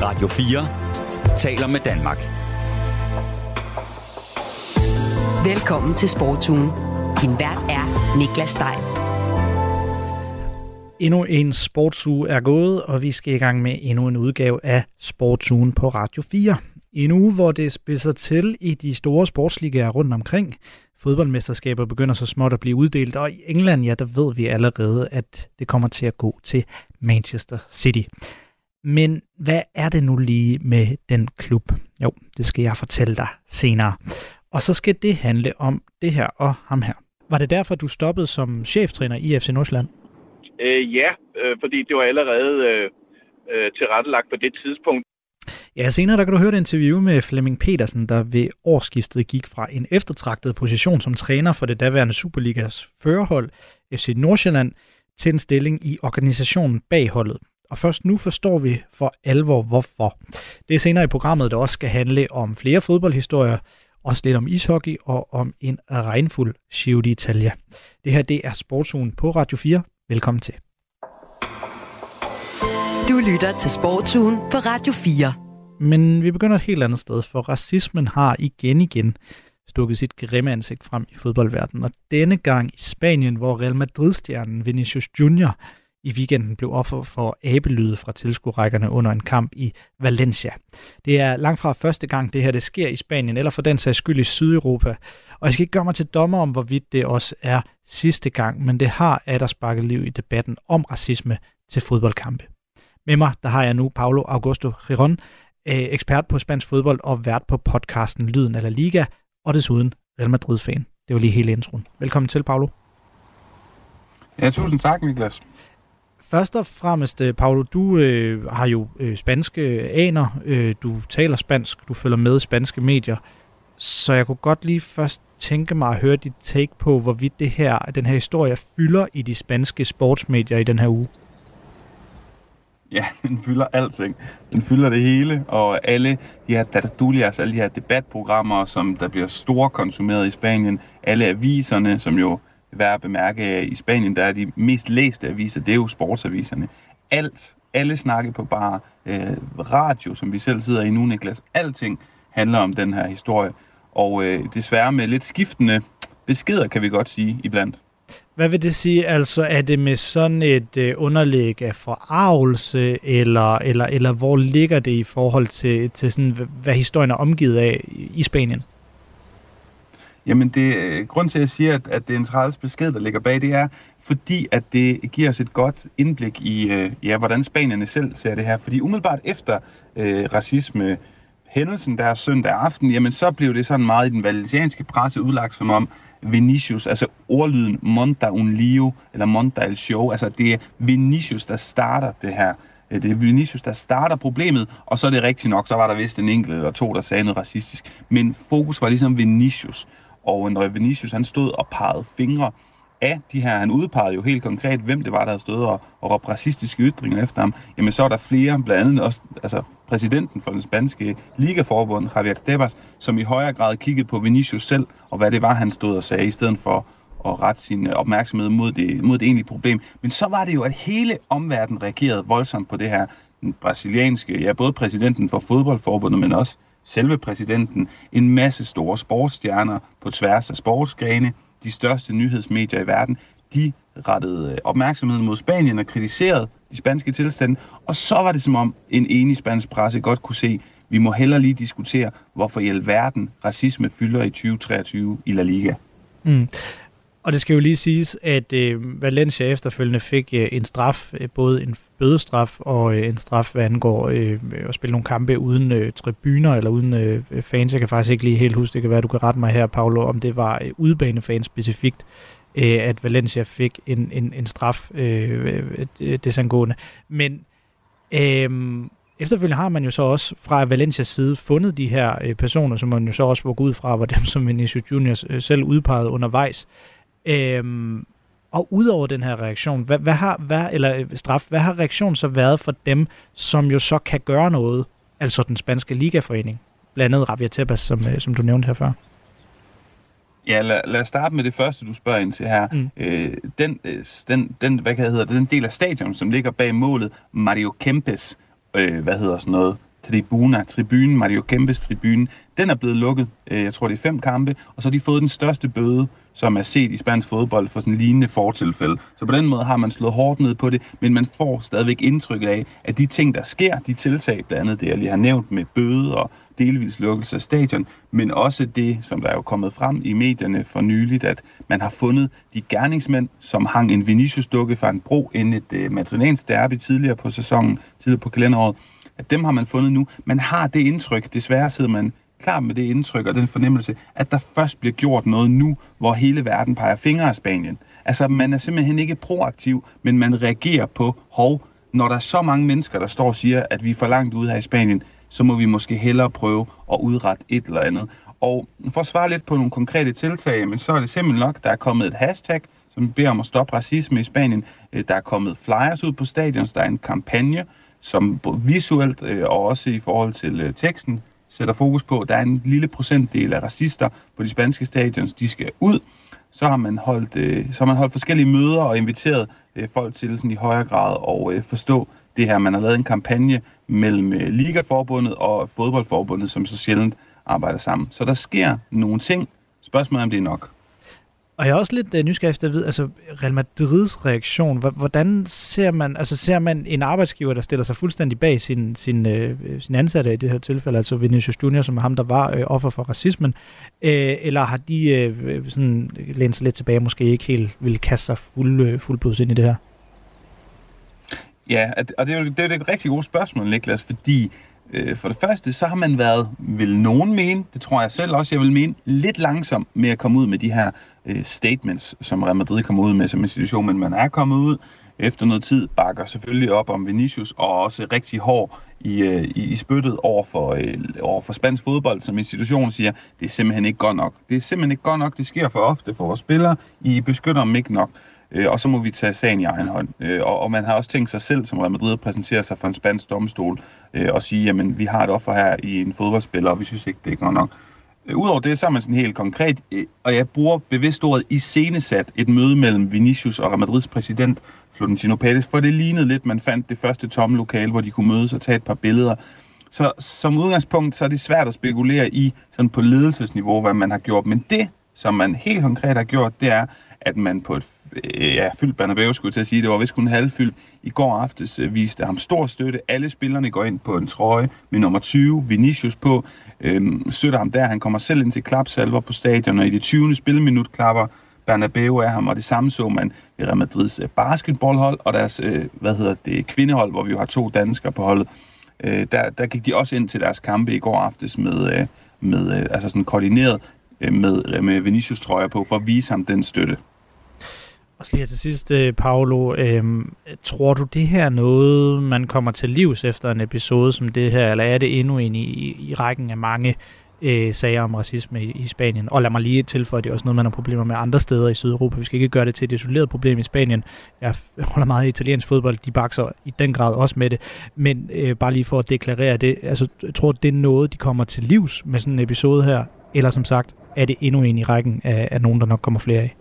Radio 4 taler med Danmark. Velkommen til Sportsugen. Din vært er Niklas Stein. Endnu en sportsuge er gået, og vi skal i gang med endnu en udgave af Sportsugen på Radio 4. En uge, hvor det spidser til i de store sportsligaer rundt omkring. Fodboldmesterskaber begynder så småt at blive uddelt, og i England, ja, der ved vi allerede, at det kommer til at gå til Manchester City. Men hvad er det nu lige med den klub? Jo, det skal jeg fortælle dig senere. Og så skal det handle om det her og ham her. Var det derfor, du stoppede som cheftræner i FC Nordsjælland? Ja, fordi det var allerede tilrettelagt på det tidspunkt. Ja, senere der kan du høre et interview med Flemming Petersen, der ved årsskiftet gik fra en eftertragtet position som træner for det daværende Superligas førerhold FC Nordsjælland til en stilling i organisationen bag holdet. Og først nu forstår vi for alvor hvorfor. Det er senere i programmet, der også skal handle om flere fodboldhistorier, også lidt om ishockey og om en regnfuld Giro d'Italia. Det her, det er Sportsugen på Radio 4. Velkommen til. Du lytter til Sportsugen på Radio 4. Men vi begynder et helt andet sted, for racismen har igen stukket sit grimme ansigt frem i fodboldverdenen. Og denne gang i Spanien, hvor Real Madrid-stjernen Vinicius Junior i weekenden blev offer for abelyde fra tilskuerrækkerne under en kamp i Valencia. Det er langt fra første gang, det her det sker i Spanien, eller for den sags skyld i Sydeuropa. Og jeg skal ikke gøre mig til dommer om, hvorvidt det også er sidste gang, men det har sparket liv i debatten om racisme til fodboldkampe. Med mig, der har jeg nu Paulo Augusto Giron, ekspert på spansk fodbold og vært på podcasten Lyden af La Liga, og desuden Real Madrid-fan. Det var lige hele introen. Velkommen til, Paulo. Ja, tusind tak, Niklas. Først og fremmest, Paulo, du har jo spanske aner, du taler spansk, du følger med i spanske medier, så jeg kunne godt lige først tænke mig at høre dit take på, hvorvidt den her historie fylder i de spanske sportsmedier i den her uge. Ja, den fylder alting. Den fylder det hele, og alle de her tertulias, alle de her debatprogrammer, som der bliver storkonsumeret i Spanien, alle aviserne, som jo værd at bemærke i Spanien, der er de mest læste aviser, det er jo sportsaviserne. Alle snakker på bare radio, som vi selv sidder i nu, Niklas. Alting handler om den her historie, og desværre med lidt skiftende beskeder, kan vi godt sige, iblandt. Hvad vil det sige? Altså, er det med sådan et underlæg af forarvelse, eller hvor ligger det i forhold til sådan, hvad historien er omgivet af i Spanien? Jamen, grund til, at jeg siger, at det er en træls besked, der ligger bag, det er, fordi at det giver os et godt indblik i, hvordan spanierne selv ser det her. Fordi umiddelbart efter racisme hændelsen der søndag aften, jamen så blev det sådan meget i den valencianske presse udlagt som om Vinicius, altså ordlyden monta un lío, eller monta el show, altså det er Vinicius, der starter det her. Det er Vinicius, der starter problemet, og så er det rigtigt nok, så var der vist en enkelt eller to, der sagde noget racistisk. Men fokus var ligesom Vinicius, og når Vinicius han stod og pegede fingre af de her, han udpegede jo helt konkret, hvem det var, der havde stået og råbt racistiske ytringer efter ham, jamen så er der flere, blandt andet også altså præsidenten for den spanske ligaforbund, Javier Tebas, som i højere grad kiggede på Vinicius selv, og hvad det var, han stod og sagde, i stedet for at rette sin opmærksomhed mod det egentlige problem. Men så var det jo, at hele omverdenen reagerede voldsomt på det her. Den brasilianske, både præsidenten for fodboldforbundet, men også selve præsidenten, en masse store sportsstjerner på tværs af sportsgrene, de største nyhedsmedier i verden, de rettede opmærksomheden mod Spanien og kritiserede de spanske tilstande, og så var det som om en enig spansk presse godt kunne se, vi må hellere lige diskutere, hvorfor i alverden racisme fylder i 2023 i La Liga. Mm. Og det skal jo lige siges, at Valencia efterfølgende fik en straf, både en bødestraf og en straf, hvad angår at spille nogle kampe uden tribuner eller uden fans. Jeg kan faktisk ikke lige helt huske, det kan være, du kan rette mig her, Paulo, om det var udebanefans specifikt, at Valencia fik en straf desangående. Men efterfølgende har man jo så også fra Valencias side fundet de her personer, som man jo så også var gået ud fra, var dem, som Vinicius Junior selv udpegede undervejs. Og udover den her reaktion, hvad har reaktionen så været for dem, som jo så kan gøre noget, altså den spanske ligaforening, blandt andet Javier Tebas, som du nævnte her før? Ja, lad os starte med det første, du spørger ind til her. Den del af stadion, som ligger bag målet, Mario Kempes, tribunen, Mario Kempes tribune, den er blevet lukket, jeg tror det er 5 kampe, og så har de fået den største bøde, som er set i spansk fodbold for sådan lignende fortilfælde. Så på den måde har man slået hårdt ned på det, men man får stadigvæk indtryk af, at de ting, der sker, de tiltag, blandt andet det, jeg lige har nævnt med bøde og delvis lukkelse af stadion, men også det, som der er jo kommet frem i medierne for nyligt, at man har fundet de gerningsmænd, som hang en Vinicius-dukke fra en bro inden et madrilensk derby tidligere på sæsonen, tidligere på kalenderåret, at dem har man fundet nu. Man har det indtryk, desværre sidder man klar med det indtryk og den fornemmelse, at der først bliver gjort noget nu, hvor hele verden peger fingre af Spanien. Altså, man er simpelthen ikke proaktiv, men man reagerer på, når der er så mange mennesker, der står og siger, at vi er for langt ude her i Spanien, så må vi måske hellere prøve at udrette et eller andet. Og for at svare lidt på nogle konkrete tiltag, men så er det simpelthen nok, der er kommet et hashtag, som beder om at stoppe racisme i Spanien. Der er kommet flyers ud på stadions, der er en kampagne, som visuelt og også i forhold til teksten sætter fokus på, at der er en lille procentdel af racister på de spanske stadions, de skal ud. Så har man holdt forskellige møder og inviteret folk til sådan i højere grad at forstå det her. Man har lavet en kampagne mellem Ligaforbundet og Fodboldforbundet, som så sjældent arbejder sammen. Så der sker nogle ting. Spørgsmålet er, om det er nok. Og jeg er også lidt nysgerrig efter at vide, altså Real Madrids reaktion, hvordan ser man en arbejdsgiver, der stiller sig fuldstændig bag sin ansatte i det her tilfælde, altså Vinicius Junior, som er ham, der var offer for racismen, eller har de sådan lænet sig lidt tilbage, måske ikke helt vil kaste sig fuldblods ind i det her? Ja, og det er et rigtig godt spørgsmål, Niklas, fordi for det første, så har man været, vil nogen mene, det tror jeg selv også, jeg vil mene, lidt langsom med at komme ud med de her statements, som Real Madrid kommer ud med som institution, men man er kommet ud efter noget tid, bakker selvfølgelig op om Vinicius, og også rigtig hård i spyttet over for spansk fodbold, som institutionen siger, det er simpelthen ikke godt nok. Det er simpelthen ikke godt nok, det sker for ofte for vores spillere, I beskytter dem ikke nok. Og så må vi tage sagen i egen hånd. Og man har også tænkt sig selv, som Real Madrid præsenterer sig for en spansk domstol, og sige, jamen vi har et offer her i en fodboldspiller, og vi synes ikke, det er godt nok. Udover det, så er man sådan helt konkret, og jeg bruger bevidst ordet iscenesat et møde mellem Vinicius og Real Madrids præsident, Florentino Pérez, for det lignede lidt, man fandt det første tomme lokale, hvor de kunne mødes og tage et par billeder. Så som udgangspunkt, så er det svært at spekulere i sådan på ledelsesniveau, hvad man har gjort. Men det, som man helt konkret har gjort, det er, at man på et fyldt Bernabeu, skulle jeg til at sige, det var vist kun halvfyldt. I går aftes viste ham stor støtte. Alle spillerne går ind på en trøje med nummer 20, Vinicius på. Støtter ham der. Han kommer selv ind til klapsalver på stadion, og i det 20. spilminut klapper Bernabeu af ham, og det samme så man ved Real Madrids basketballhold og deres kvindehold, hvor vi jo har 2 danskere på holdet. Der gik de også ind til deres kampe i går aftes med altså sådan koordineret med Vinicius trøjer på, for at vise ham den støtte. Og lige til sidst, Paolo, tror du det her er noget, man kommer til livs efter en episode som det her, eller er det endnu en i rækken af mange sager om racisme i Spanien? Og lad mig lige tilføje, det er også noget, man har problemer med andre steder i Sydeuropa. Vi skal ikke gøre det til et isoleret problem i Spanien. Jeg holder meget i italiensk fodbold, de bakser i den grad også med det. Men bare lige for at deklarere det, altså tror du, det er noget, de kommer til livs med sådan en episode her? Eller som sagt, er det endnu en i rækken af nogen, der nok kommer flere af?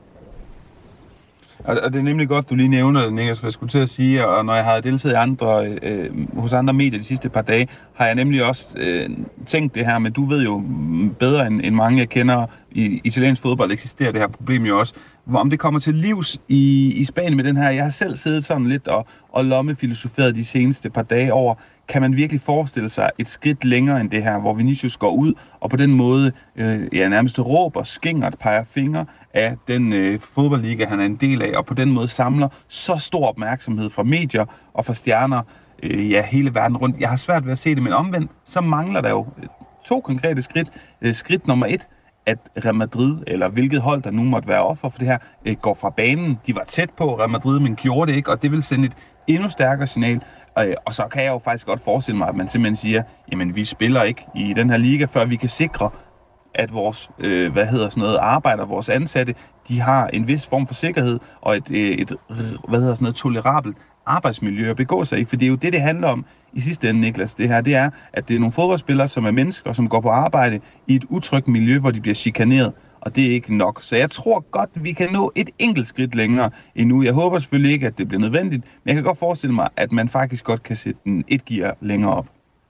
Og det er nemlig godt, du lige nævner det, Niklas, for jeg skulle til at sige, og når jeg har deltaget hos andre medier de sidste par dage, har jeg nemlig også tænkt det her, men du ved jo bedre end mange, jeg kender i italiensk fodbold, eksisterer det her problem jo også. Om det kommer til livs i Spanien med den her, jeg har selv siddet sådan lidt og lommefilosoferet de seneste par dage over, kan man virkelig forestille sig et skridt længere end det her, hvor Vinicius går ud og på den måde nærmest råber, skingert, peger fingre af den fodboldliga, han er en del af, og på den måde samler så stor opmærksomhed fra medier og fra stjerner hele verden rundt. Jeg har svært ved at se det, men omvendt, så mangler der jo 2 konkrete skridt. Skridt nummer 1, at Real Madrid, eller hvilket hold, der nu måtte være offer for det her, går fra banen. De var tæt på Real Madrid, men gjorde det ikke, og det vil sende et endnu stærkere signal. Og så kan jeg jo faktisk godt forestille mig, at man simpelthen siger, jamen vi spiller ikke i den her liga, før vi kan sikre, at vores arbejder, vores ansatte, de har en vis form for sikkerhed og et tolerabelt arbejdsmiljø at begå sig i. For det er jo det handler om i sidste ende, Niklas. Det her, det er, at det er nogle fodboldspillere, som er mennesker, som går på arbejde i et utrygt miljø, hvor de bliver chikaneret. Og det er ikke nok. Så jeg tror godt, vi kan nå et enkelt skridt længere endnu. Jeg håber selvfølgelig ikke, at det bliver nødvendigt, men jeg kan godt forestille mig, at man faktisk godt kan sætte den et gear længere op.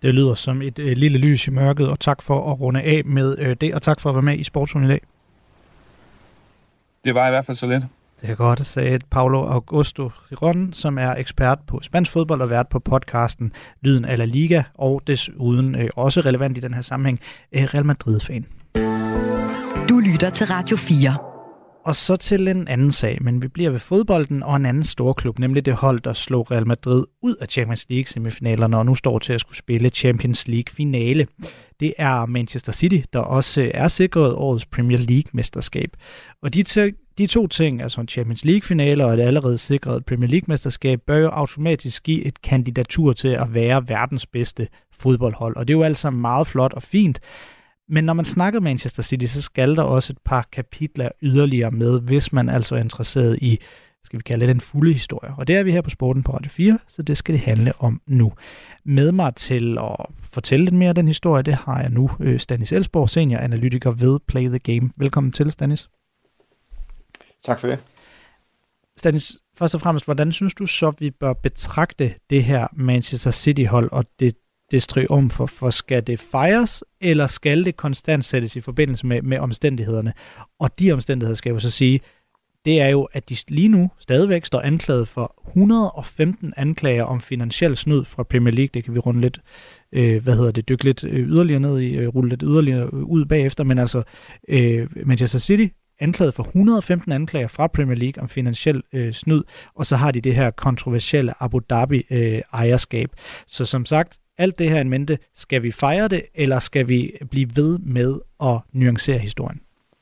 Det lyder som et lille lys i mørket, og tak for at runde af med det, og tak for at være med i Sportsugen i dag. Det var i hvert fald så lidt. Det er godt, sagde Paulo Augusto Giron, som er ekspert på spansk fodbold og vært på podcasten Lyden af La Liga, og desuden også relevant i den her sammenhæng, Real Madrid-fan. Du lytter til Radio 4. Og så til en anden sag, men vi bliver ved fodbolden og en anden storklub, nemlig det hold, der slog Real Madrid ud af Champions League-semifinalerne og nu står til at skulle spille Champions League-finale. Det er Manchester City, der også er sikret årets Premier League-mesterskab. Og de to ting, altså en Champions League-finale og et allerede sikret Premier League-mesterskab, bør jo automatisk give et kandidatur til at være verdens bedste fodboldhold. Og det er jo altså meget flot og fint. Men når man snakker Manchester City, så skal der også et par kapitler yderligere med, hvis man altså er interesseret i, skal vi kalde det, den fulde historie. Og det er vi her på Sporten på Radio 4, så det skal det handle om nu. Med mig til at fortælle lidt mere af den historie, det har jeg nu Stanis Elsborg, senioranalytiker ved Play the Game. Velkommen til, Stanis. Tak for det. Stanis, først og fremmest, hvordan synes du så, vi bør betragte det her Manchester City-hold og det triumfer, for skal det fejres, eller skal det konstant sættes i forbindelse med omstændighederne? Og de omstændigheder, skal jeg jo så sige, det er jo, at de lige nu stadigvæk står anklaget for 115 anklager om finansiel snyd fra Premier League. Det kan vi runde lidt, dykke lidt yderligere ned i, rulle lidt yderligere ud bagefter, men altså Manchester City anklaget for 115 anklager fra Premier League om finansiel snyd, og så har de det her kontroversielle Abu Dhabi ejerskab. Så som sagt, alt det her en mente, skal vi fejre det, eller skal vi blive ved med at nuancere historien?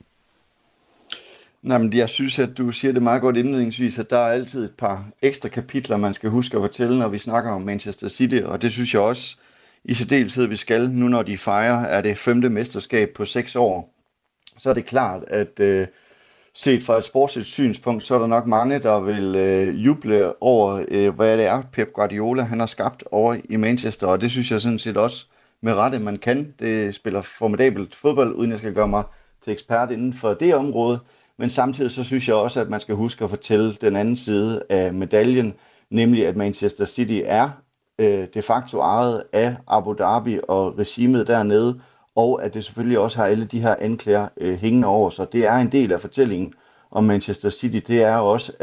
Nej, men jeg synes, at du siger det meget godt indledningsvis, at der er altid et par ekstra kapitler, man skal huske at fortælle, når vi snakker om Manchester City, og det synes jeg også i særdeleshed, vi skal, nu når de fejrer, er det 5. mesterskab på 6 år. Så er det klart, at set fra et sportsligt synspunkt, så er der nok mange, der vil juble over, hvad det er, Pep Guardiola han har skabt over i Manchester, og det synes jeg sådan set også med rette, man kan. Det spiller formidabelt fodbold, uden jeg skal gøre mig til ekspert inden for det område, men samtidig så synes jeg også, at man skal huske at fortælle den anden side af medaljen, nemlig at Manchester City er de facto ejet af Abu Dhabi og regimet dernede, og at det selvfølgelig også har alle de her anklager hængende over sig. Det er en del af fortællingen om Manchester City. Det er også,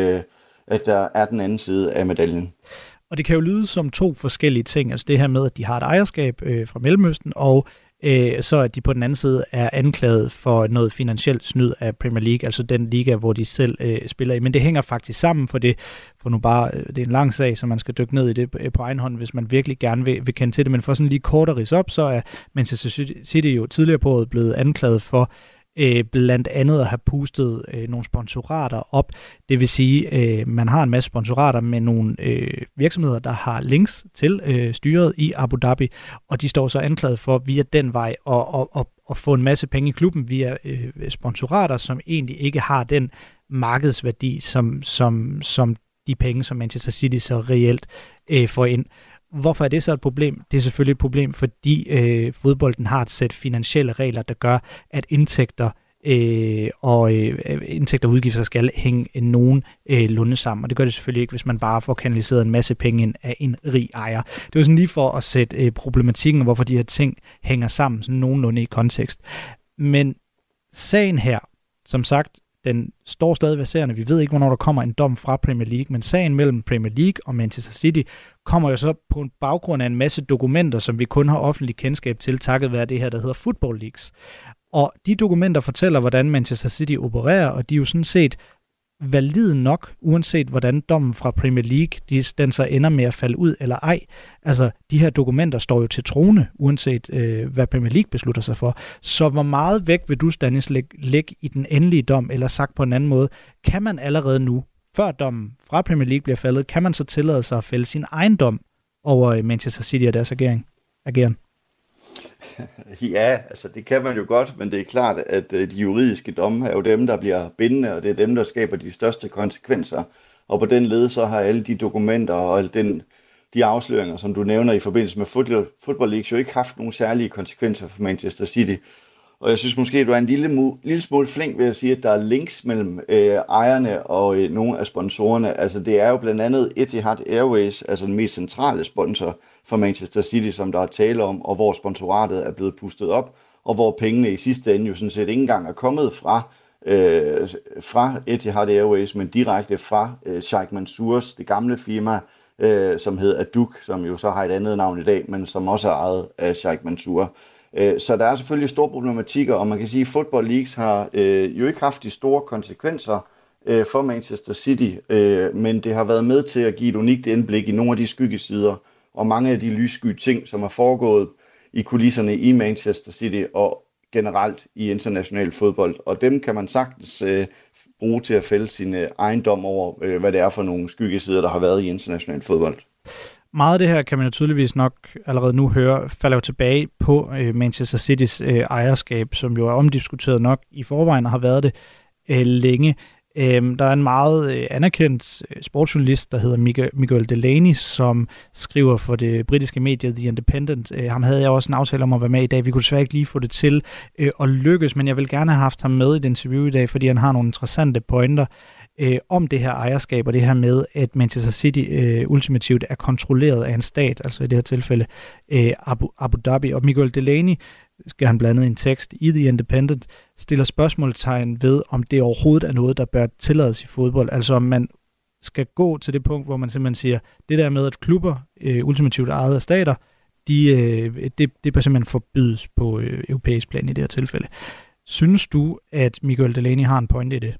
at der er den anden side af medaljen. Og det kan jo lyde som to forskellige ting. Altså det her med, at de har et ejerskab fra Mellemøsten, og så at de på den anden side er anklaget for noget finansielt snyd af Premier League, altså den liga, hvor de selv spiller i. Men det hænger faktisk sammen, det er en lang sag, så man skal dykke ned i det på egen hånd, hvis man virkelig gerne vil kende til det. Men for sådan lige kort at ridse op, så er Manchester City jo tidligere på året blevet anklaget for blandt andet at have pustet nogle sponsorater op. Det vil sige, man har en masse sponsorater med nogle virksomheder, der har links til styret i Abu Dhabi, og de står så anklaget for via den vej at få en masse penge i klubben via sponsorater, som egentlig ikke har den markedsværdi, som de penge, som Manchester City så reelt får ind. Hvorfor er det så et problem? Det er selvfølgelig et problem, fordi fodbolden har et sæt finansielle regler, der gør, at indtægter og udgifter skal hænge nogenlunde sammen. Og det gør det selvfølgelig ikke, hvis man bare får kanaliseret en masse penge ind af en rig ejer. Det er jo sådan lige for at sætte problematikken, hvorfor de her ting hænger sammen, sådan nogenlunde i kontekst. Men sagen her, som sagt, den står stadig verserende. Vi ved ikke, hvornår der kommer en dom fra Premier League, men sagen mellem Premier League og Manchester City kommer jo så på en baggrund af en masse dokumenter, som vi kun har offentlig kendskab til, takket være det her, der hedder Football Leaks. Og de dokumenter fortæller, hvordan Manchester City opererer, og de er jo sådan set valide nok, uanset hvordan dommen fra Premier League, den så ender med at falde ud eller ej. Altså, de her dokumenter står jo til trone, uanset hvad Premier League beslutter sig for. Så hvor meget vægt vil du, Stanis, lægge i den endelige dom, eller sagt på en anden måde, kan man allerede nu, før dommen fra Premier League bliver faldet, kan man så tillade sig at fælde sin egen dom over Manchester City og deres ageren? Ja, altså det kan man jo godt, men det er klart, at de juridiske domme er jo dem, der bliver bindende, og det er dem, der skaber de største konsekvenser. Og på den led så har alle de dokumenter og alle de afsløringer, som du nævner i forbindelse med Football League, jo ikke haft nogen særlige konsekvenser for Manchester City. Og jeg synes måske, du er en lille smule flink ved at sige, at der er links mellem ejerne og nogle af sponsorerne. Altså det er jo blandt andet Etihad Airways, altså den mest centrale sponsor for Manchester City, som der er tale om, og hvor sponsoratet er blevet pustet op, og hvor pengene i sidste ende jo sådan set ikke engang er kommet fra Etihad Airways, men direkte fra Sheikh Mansours, det gamle firma, som hedder Aduk, som jo så har et andet navn i dag, men som også er ejet af Sheikh Mansour. Så der er selvfølgelig store problematikker, og man kan sige, at Football Leagues har jo ikke haft de store konsekvenser for Manchester City, men det har været med til at give et unikt indblik i nogle af de skyggesider, og mange af de lyssky ting, som er foregået i kulisserne i Manchester City, og generelt i international fodbold. Og dem kan man sagtens bruge til at fælde sin ejendom over, hvad det er for nogle skyggesider, der har været i international fodbold. Meget af det her kan man jo tydeligvis nok allerede nu høre, falder jo tilbage på Manchester Citys ejerskab, som jo er omdiskuteret nok i forvejen og har været det længe. Der er en meget anerkendt sportsjournalist, der hedder Miguel Delaney, som skriver for det britiske medie The Independent. Ham havde jeg også en aftale om at være med i dag. Vi kunne desværre ikke lige få det til at lykkes, men jeg vil gerne have haft ham med i et interview i dag, fordi han har nogle interessante pointer om det her ejerskab og det her med, at Manchester City ultimativt er kontrolleret af en stat, altså i det her tilfælde Abu Dhabi. Og Miguel Delaney, skal han blandt andet en tekst i The Independent, stiller spørgsmålstegn ved, om det overhovedet er noget, der bør tillades i fodbold. Altså om man skal gå til det punkt, hvor man simpelthen siger, det der med, at klubber ultimativt ejet af stater, det bør simpelthen forbydes på europæisk plan i det her tilfælde. Synes du, at Miguel Delaney har en pointe i det?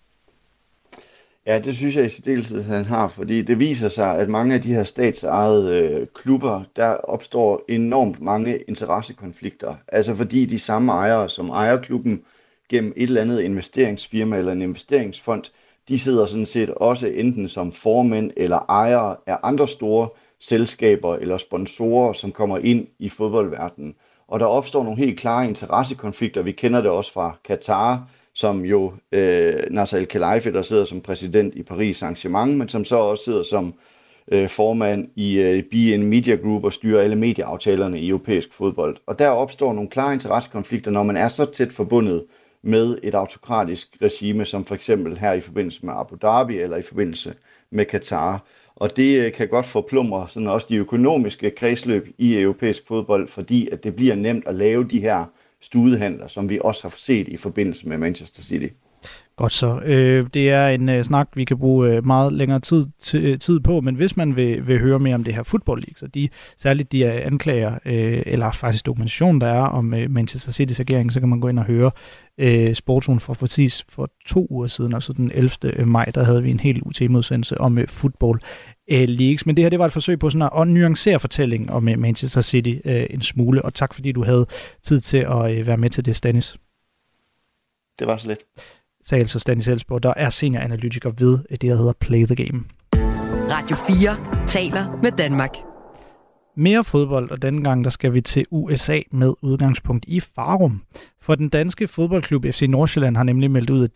Ja, det synes jeg i særdeleshed, han har, fordi det viser sig, at mange af de her statsejede klubber, der opstår enormt mange interessekonflikter. Altså fordi de samme ejere, som ejer klubben gennem et eller andet investeringsfirma eller en investeringsfond, de sidder sådan set også enten som formænd eller ejere af andre store selskaber eller sponsorer, som kommer ind i fodboldverdenen. Og der opstår nogle helt klare interessekonflikter. Vi kender det også fra Katar, som jo Nasser Al-Khelaifi, der sidder som præsident i Paris Saint-Germain, men som så også sidder som formand i BN Media Group og styrer alle medieaftalerne i europæisk fodbold. Og der opstår nogle klare interessekonflikter, når man er så tæt forbundet med et autokratisk regime, som for eksempel her i forbindelse med Abu Dhabi eller i forbindelse med Katar. Og det kan godt forplumre sådan også de økonomiske kredsløb i europæisk fodbold, fordi at det bliver nemt at lave de her studehandler, som vi også har set i forbindelse med Manchester City. Godt så. Det er en snak, vi kan bruge meget længere tid på, men hvis man vil høre mere om det her Football League, så særligt de anklager, eller faktisk dokumentation, der er om Manchester Citys agering, så kan man gå ind og høre Sportsugen for 2 uger siden, altså den 11. maj, der havde vi en helt UT-udsendelse om Football Leagues. Men det her, det var et forsøg på sådan at nuancere fortællingen om Manchester City en smule, og tak fordi du havde tid til at være med til det, Stanis. Det var så lidt. Sagde altså Stanis Elsborg, der er senioranalytiker ved det, der hedder Play the Game. Radio 4 taler med Danmark. Mere fodbold, og denne gang der skal vi til USA med udgangspunkt i Farum. For den danske fodboldklub FC Nordsjælland har nemlig meldt ud,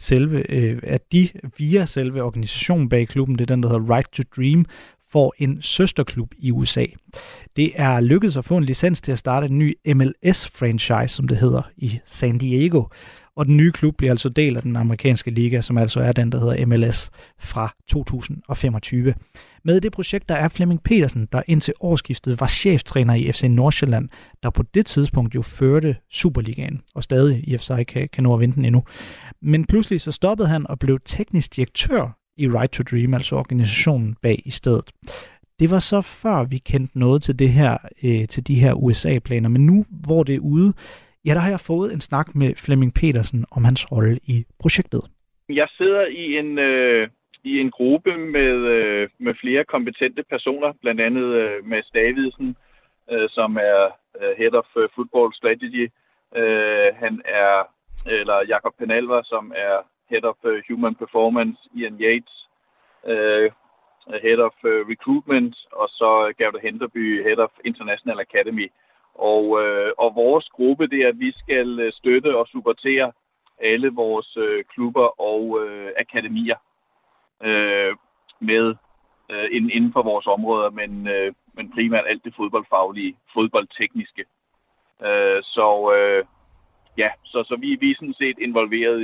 at de via selve organisationen bag klubben, det er den, der hedder Right to Dream, får en søsterklub i USA. Det er lykkedes at få en licens til at starte en ny MLS-franchise, som det hedder, i San Diego. Og den nye klub bliver altså del af den amerikanske liga, som altså er den, der hedder MLS fra 2025. Med det projekt, der er Flemming Petersen, der indtil årsskiftet var cheftræner i FC Nordsjælland, der på det tidspunkt jo førte Superligaen, og stadig i FC kan nå at vinde den endnu. Men pludselig så stoppede han og blev teknisk direktør i Right to Dream, altså organisationen bag i stedet. Det var så før vi kendte noget til det her, til de her USA-planer, men nu hvor det er ude, ja, der har jeg fået en snak med Flemming Petersen om hans rolle i projektet. Jeg sidder i en gruppe med flere kompetente personer, blandt andet Mads Davidsen, som er Head of Football Strategy. Eller Jakob Penalver, som er Head of Human Performance, Ian Yates, Head of Recruitment, og så Gavle Henderby, Head of International Academy. Og vores gruppe, det er, at vi skal støtte og supportere alle vores klubber og akademier inden for vores områder, men primært alt det fodboldfaglige, fodboldtekniske. så vi er sådan set involveret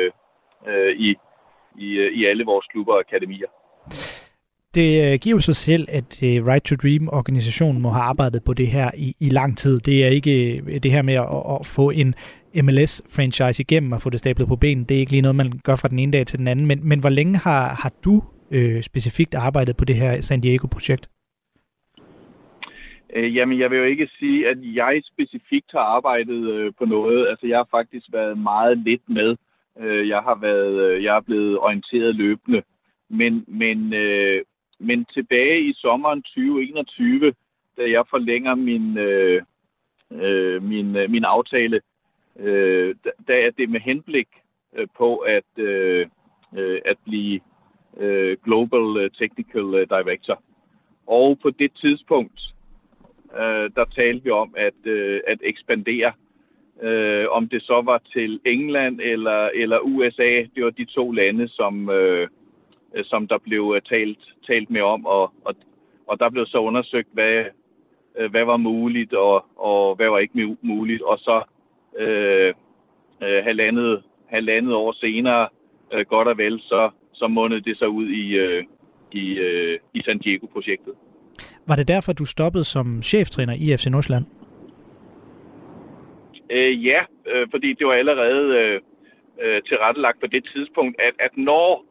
i alle vores klubber og akademier. Det giver jo sig selv, at Right to Dream-organisationen må have arbejdet på det her i lang tid. Det er ikke det her med at få en MLS-franchise igennem og få det stablet på benen. Det er ikke lige noget, man gør fra den ene dag til den anden. Men hvor længe har du specifikt arbejdet på det her San Diego-projekt? Jamen, jeg vil jo ikke sige, at jeg specifikt har arbejdet på noget. Altså, jeg har faktisk været meget lidt med. Jeg er blevet orienteret løbende. Men tilbage i sommeren 2021, da jeg forlænger min aftale, der er det med henblik på at blive Global Technical Director. Og på det tidspunkt, der talte vi om at ekspandere. Om det så var til England eller USA, det var de 2 lande, som der blev talt med om, og der blev så undersøgt, hvad var muligt, og hvad var ikke muligt. Og så halvandet år senere, godt og vel, så mundede det sig ud i San Diego-projektet. Var det derfor, du stoppede som cheftræner i FC Nordsjælland? Ja, fordi det var allerede tilrettelagt på det tidspunkt, at når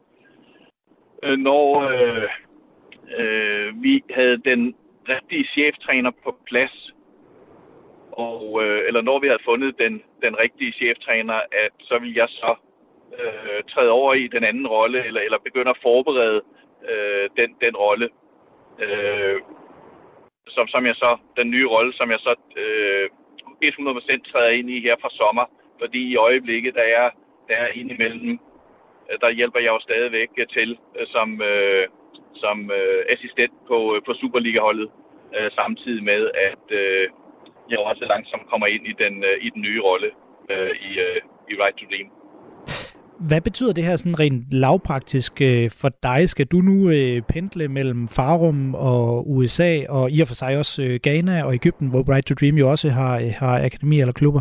vi havde den rigtige cheftræner på plads, eller når vi havde fundet den rigtige cheftræner, at så ville jeg så træde over i den anden rolle, eller begynde at forberede den rolle, som jeg så, den nye rolle, som jeg så 100% træder ind i her fra sommer, fordi i øjeblikket, der er indimellem, der hjælper jeg jo stadigvæk til som assistent på Superliga-holdet, samtidig med, at jeg også langsomt kommer ind i den nye rolle i Right to Dream. Hvad betyder det her sådan rent lavpraktisk for dig? Skal du nu pendle mellem Farum og USA, og i og for sig også Ghana og Egypten, hvor Right to Dream jo også har akademi eller klubber?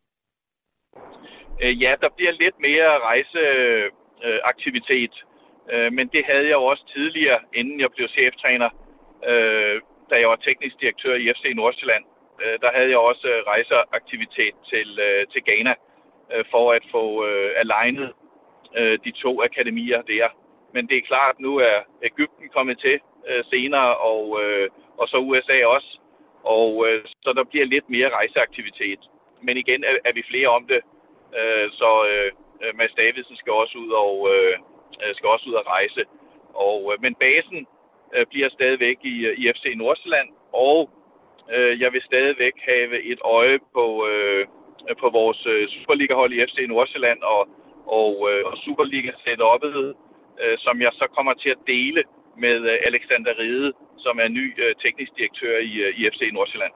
Ja, der bliver lidt mere rejseaktivitet, men det havde jeg jo også tidligere, inden jeg blev cheftræner, da jeg var teknisk direktør i FC Nordsjælland. Der havde jeg også rejseaktivitet til Ghana, for at få alignet de 2 akademier der. Men det er klart, at nu er Egypten kommet til senere, og så USA også. Og så der bliver lidt mere rejseaktivitet. Men igen er vi flere om det. Så Mads Davidsen skal også ud og rejse. Men basen bliver stadigvæk i FC Nordsjælland, og jeg vil stadigvæk have et øje på vores Superliga-hold i FC Nordsjælland og Superliga-setup'et, som jeg så kommer til at dele med Alexander Ride, som er ny teknisk direktør i FC Nordsjælland.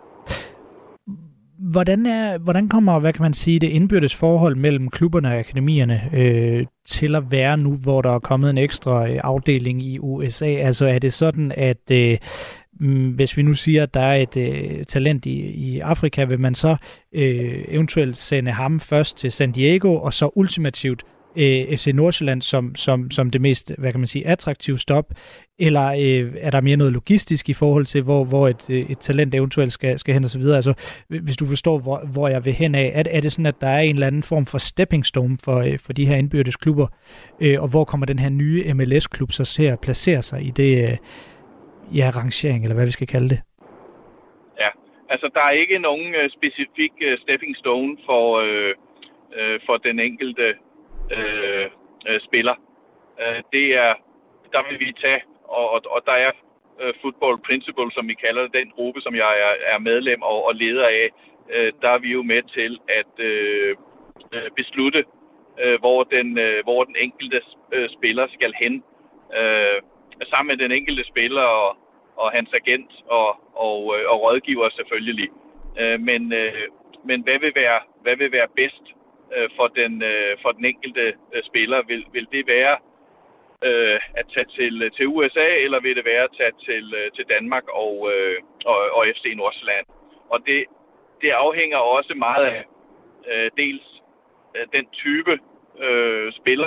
Hvordan kommer, hvad kan man sige, det indbyrdes forhold mellem klubberne og akademierne til at være nu, hvor der er kommet en ekstra afdeling i USA? Altså er det sådan, at hvis vi nu siger, at der er et talent i Afrika, vil man så eventuelt sende ham først til San Diego, og så ultimativt FC Nordsjælland som det mest, hvad kan man sige, attraktive stop? Eller er der mere noget logistisk i forhold til, hvor et talent eventuelt skal hen og så videre? Altså, hvis du forstår, hvor jeg vil hen af, er det sådan, at der er en eller anden form for stepping stone for de her indbyrdes klubber? Og hvor kommer den her nye MLS-klub så til at placere sig i det rangering, eller hvad vi skal kalde det? Ja, altså der er ikke nogen specifik stepping stone for den enkelte spiller. Der vil vi tage, og der er Football Principle, som vi kalder det, den gruppe, som jeg er medlem og leder af, der er vi jo med til at beslutte, hvor den enkelte spiller skal hen, sammen med den enkelte spiller og hans agent og rådgiver selvfølgelig. Men hvad vil være bedst for den enkelte spiller? Vil det være at tage til USA, eller vil det være at tage til Danmark og FC Nordsjælland? Og det afhænger også meget dels den type spiller,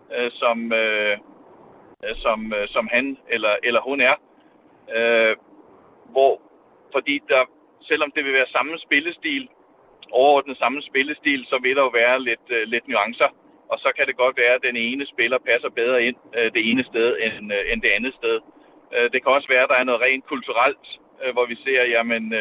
som han eller hun er. Fordi selvom det vil være samme spillestil, overordnet samme spillestil, så vil der jo være lidt nuancer. Og så kan det godt være, at den ene spiller passer bedre ind det ene sted end det andet sted. Det kan også være, at der er noget rent kulturelt, hvor vi ser, jamen,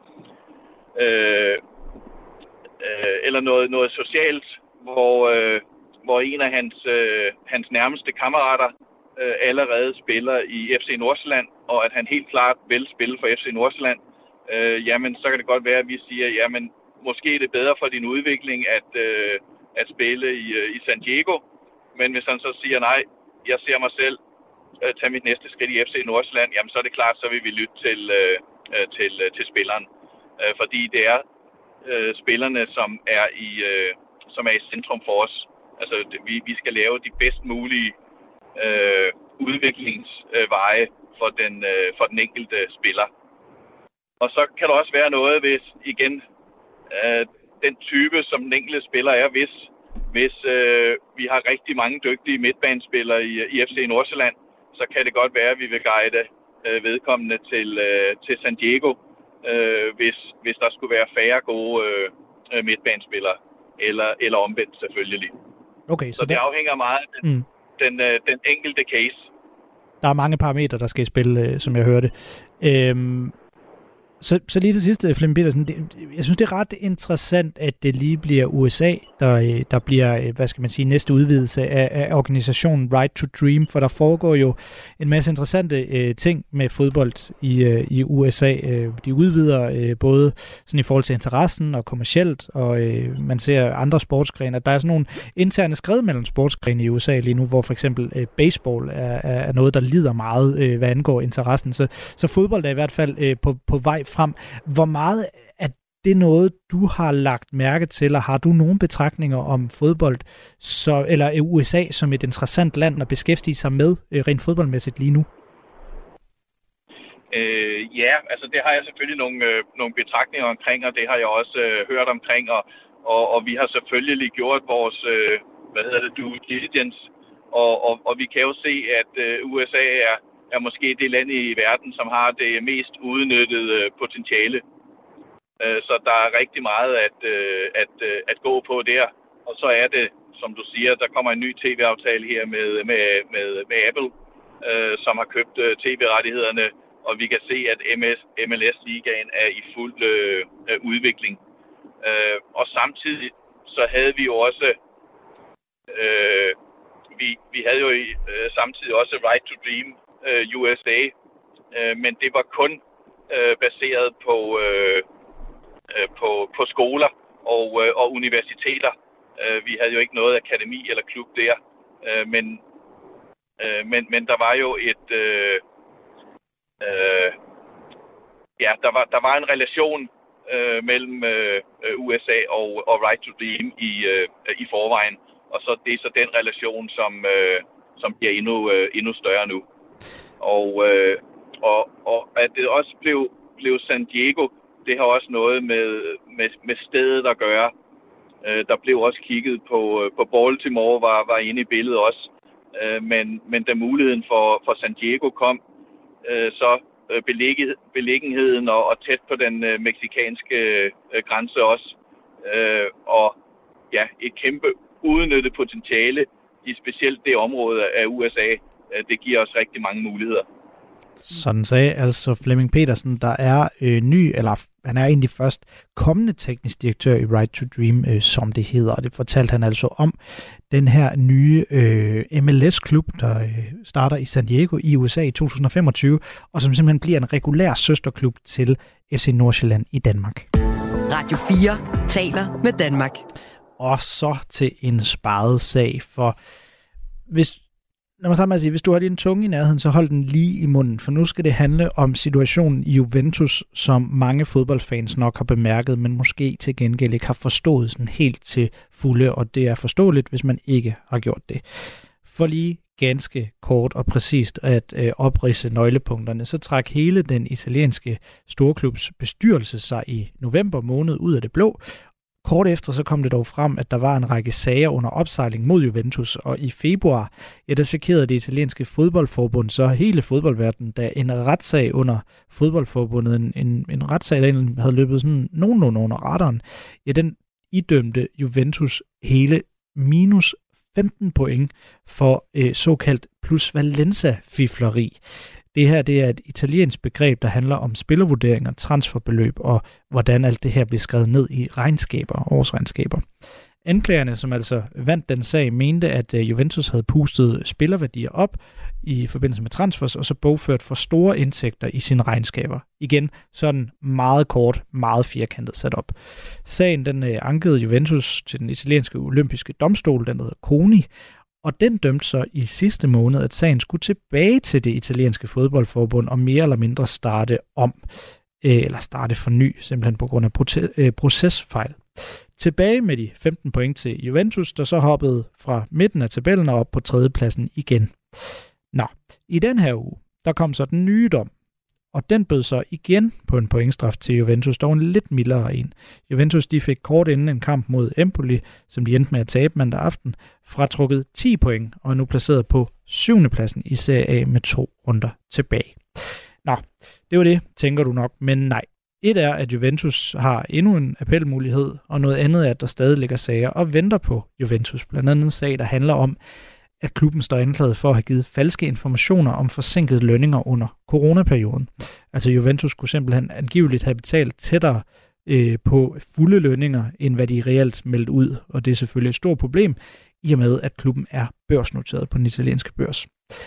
eller noget socialt, hvor en af hans nærmeste kammerater allerede spiller i FC Nordsjælland, og at han helt klart vil spille for FC Nordsjælland, jamen, så kan det godt være, at vi siger, jamen, måske er det bedre for din udvikling at spille i San Diego, men hvis han så siger, nej, jeg ser mig selv tage mit næste skridt i FC Nordsjælland, jamen så er det klart, så vil vi lytte til spilleren. Fordi det er spillerne, som er i centrum for os. Altså, vi skal lave de bedst mulige udviklingsveje for den enkelte spiller. Og så kan der også være noget, hvis igen den type, som den enkelte spiller er, hvis vi har rigtig mange dygtige midtbanespillere i FC Nordsjælland, så kan det godt være, at vi vil guide vedkommende til San Diego, hvis der skulle være færre gode midtbanespillere, eller omvendt selvfølgelig. Okay, så det afhænger meget af den enkelte case. Der er mange parametre, der skal i spil, som jeg hørte. Så lige til sidst, Flemming Petersen, jeg synes, det er ret interessant, at det lige bliver USA, der bliver, hvad skal man sige, næste udvidelse af organisationen Right to Dream, for der foregår jo en masse interessante ting med fodbold i USA. De udvider både sådan i forhold til interessen og kommercielt, og man ser andre sportsgrene. Der er sådan nogle interne skred mellem sportsgrene i USA lige nu, hvor for eksempel baseball er noget, der lider meget, hvad angår interessen. Så fodbold er i hvert fald på vej frem. Hvor meget er det noget, du har lagt mærke til, og har du nogle betragtninger om fodbold, eller USA som et interessant land at beskæftige sig med rent fodboldmæssigt lige nu? Ja, altså det har jeg selvfølgelig nogle betragtninger omkring, og det har jeg også hørt omkring, og vi har selvfølgelig gjort vores, due diligence, og vi kan jo se, at USA er måske det land i verden, som har det mest udnyttede potentiale. Så der er rigtig meget at gå på der. Og så er det, som du siger, der kommer en ny tv-aftale her med Apple, som har købt tv-rettighederne, og vi kan se, at MLS-ligaen er i fuld udvikling. Og samtidig så havde vi jo også vi havde jo samtidig også Right to Dream USA, men det var kun baseret på skoler og universiteter. Vi havde jo ikke noget akademi eller klub der, men der var jo der var en relation mellem USA og Right to Dream i forvejen, og så det er så den relation, som bliver endnu større nu. Og at det også blev San Diego, det har også noget med stedet at gøre. Der blev også kigget på Baltimore, var inde i billedet også. Men da muligheden for San Diego kom, så beliggenheden og tæt på den mexikanske grænse også. Og ja, et kæmpe udnyttet potentiale i specielt det område af USA. Det giver os rigtig mange muligheder. Sådan sagde altså Flemming Petersen, der er han er egentlig først kommende teknisk direktør i Right to Dream, som det hedder. Og det fortalte han altså om den her nye MLS-klub, der starter i San Diego i USA i 2025, og som simpelthen bliver en regulær søsterklub til FC Nordsjælland i Danmark. Radio 4 taler med Danmark. Og så til en sparet sag, for hvis du har din tunge i nærheden, så hold den lige i munden, for nu skal det handle om situationen i Juventus, som mange fodboldfans nok har bemærket, men måske til gengæld ikke har forstået sådan helt til fulde, og det er forståeligt, hvis man ikke har gjort det. For lige ganske kort og præcist at opridse nøglepunkterne, så trak hele den italienske storklubs bestyrelse sig i november måned ud af det blå, Kort efter så kom det dog frem, at der var en række sager under opsejling mod Juventus, og i februar, der chokerede det italienske fodboldforbund så hele fodboldverdenen, da en retssag under fodboldforbundet, en retssag, der havde løbet sådan nogenlunde under radaren, den idømte Juventus hele minus 15 point for såkaldt plusvalenza-fifleri. Det her, det er et italiensk begreb, der handler om spillervurderinger, transferbeløb og hvordan alt det her bliver skrevet ned i regnskaber, årsregnskaber. Anklagerne, som altså vandt den sag, mente, at Juventus havde pustet spillerværdier op i forbindelse med transfers, og så bogført for store indtægter i sine regnskaber. Igen, sådan meget kort, meget firkantet sat op. Sagen, den ankede Juventus til den italienske olympiske domstol, den hedder CONI, og den dømte så i sidste måned, at sagen skulle tilbage til det italienske fodboldforbund og mere eller mindre starte om, eller starte for ny, simpelthen på grund af procesfejl. Tilbage med de 15 point til Juventus, der så hoppede fra midten af tabellen og op på tredjepladsen igen. Nå, i den her uge, der kom så den nye dom, og den bød så igen på en pointstraf til Juventus, dog en lidt mildere en. Juventus, de fik kort inden en kamp mod Empoli, som de endte med at tabe mandag aften, fratrukket 10 point og er nu placeret på 7. pladsen i Serie A med 2 runder tilbage. Nå, det var det, tænker du nok, men nej. Et er, at Juventus har endnu en appelmulighed, og noget andet er, at der stadig ligger sager og venter på Juventus. Blandt andet en sag, der handler om, at klubben står anklaget for at have givet falske informationer om forsinkede lønninger under coronaperioden. Altså Juventus skulle simpelthen angiveligt have betalt tættere på fulde lønninger, end hvad de reelt meldte ud, og det er selvfølgelig et stort problem, i og med, at klubben er børsnoteret på den italienske børs.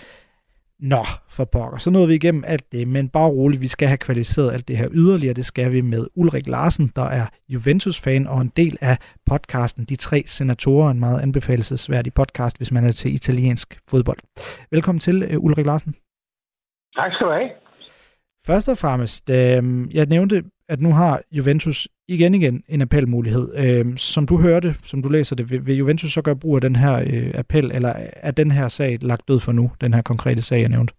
Nå, for pokker. Så nåede vi igennem alt det, men bare roligt, vi skal have kvalificeret alt det her yderligere. Det skal vi med Ulrik Larsen, der er Juventus-fan og en del af podcasten De Tre Senatorer, en meget anbefalelsesværdig podcast, hvis man er til italiensk fodbold. Velkommen til, Ulrik Larsen. Tak skal du have. Først og fremmest, jeg nævnte, at nu har Juventus igen en appelmulighed. Som du hørte, som du læser det, vil Juventus så gøre brug af den her appel, eller er den her sag lagt død for nu, den her konkrete sag, jeg nævnte?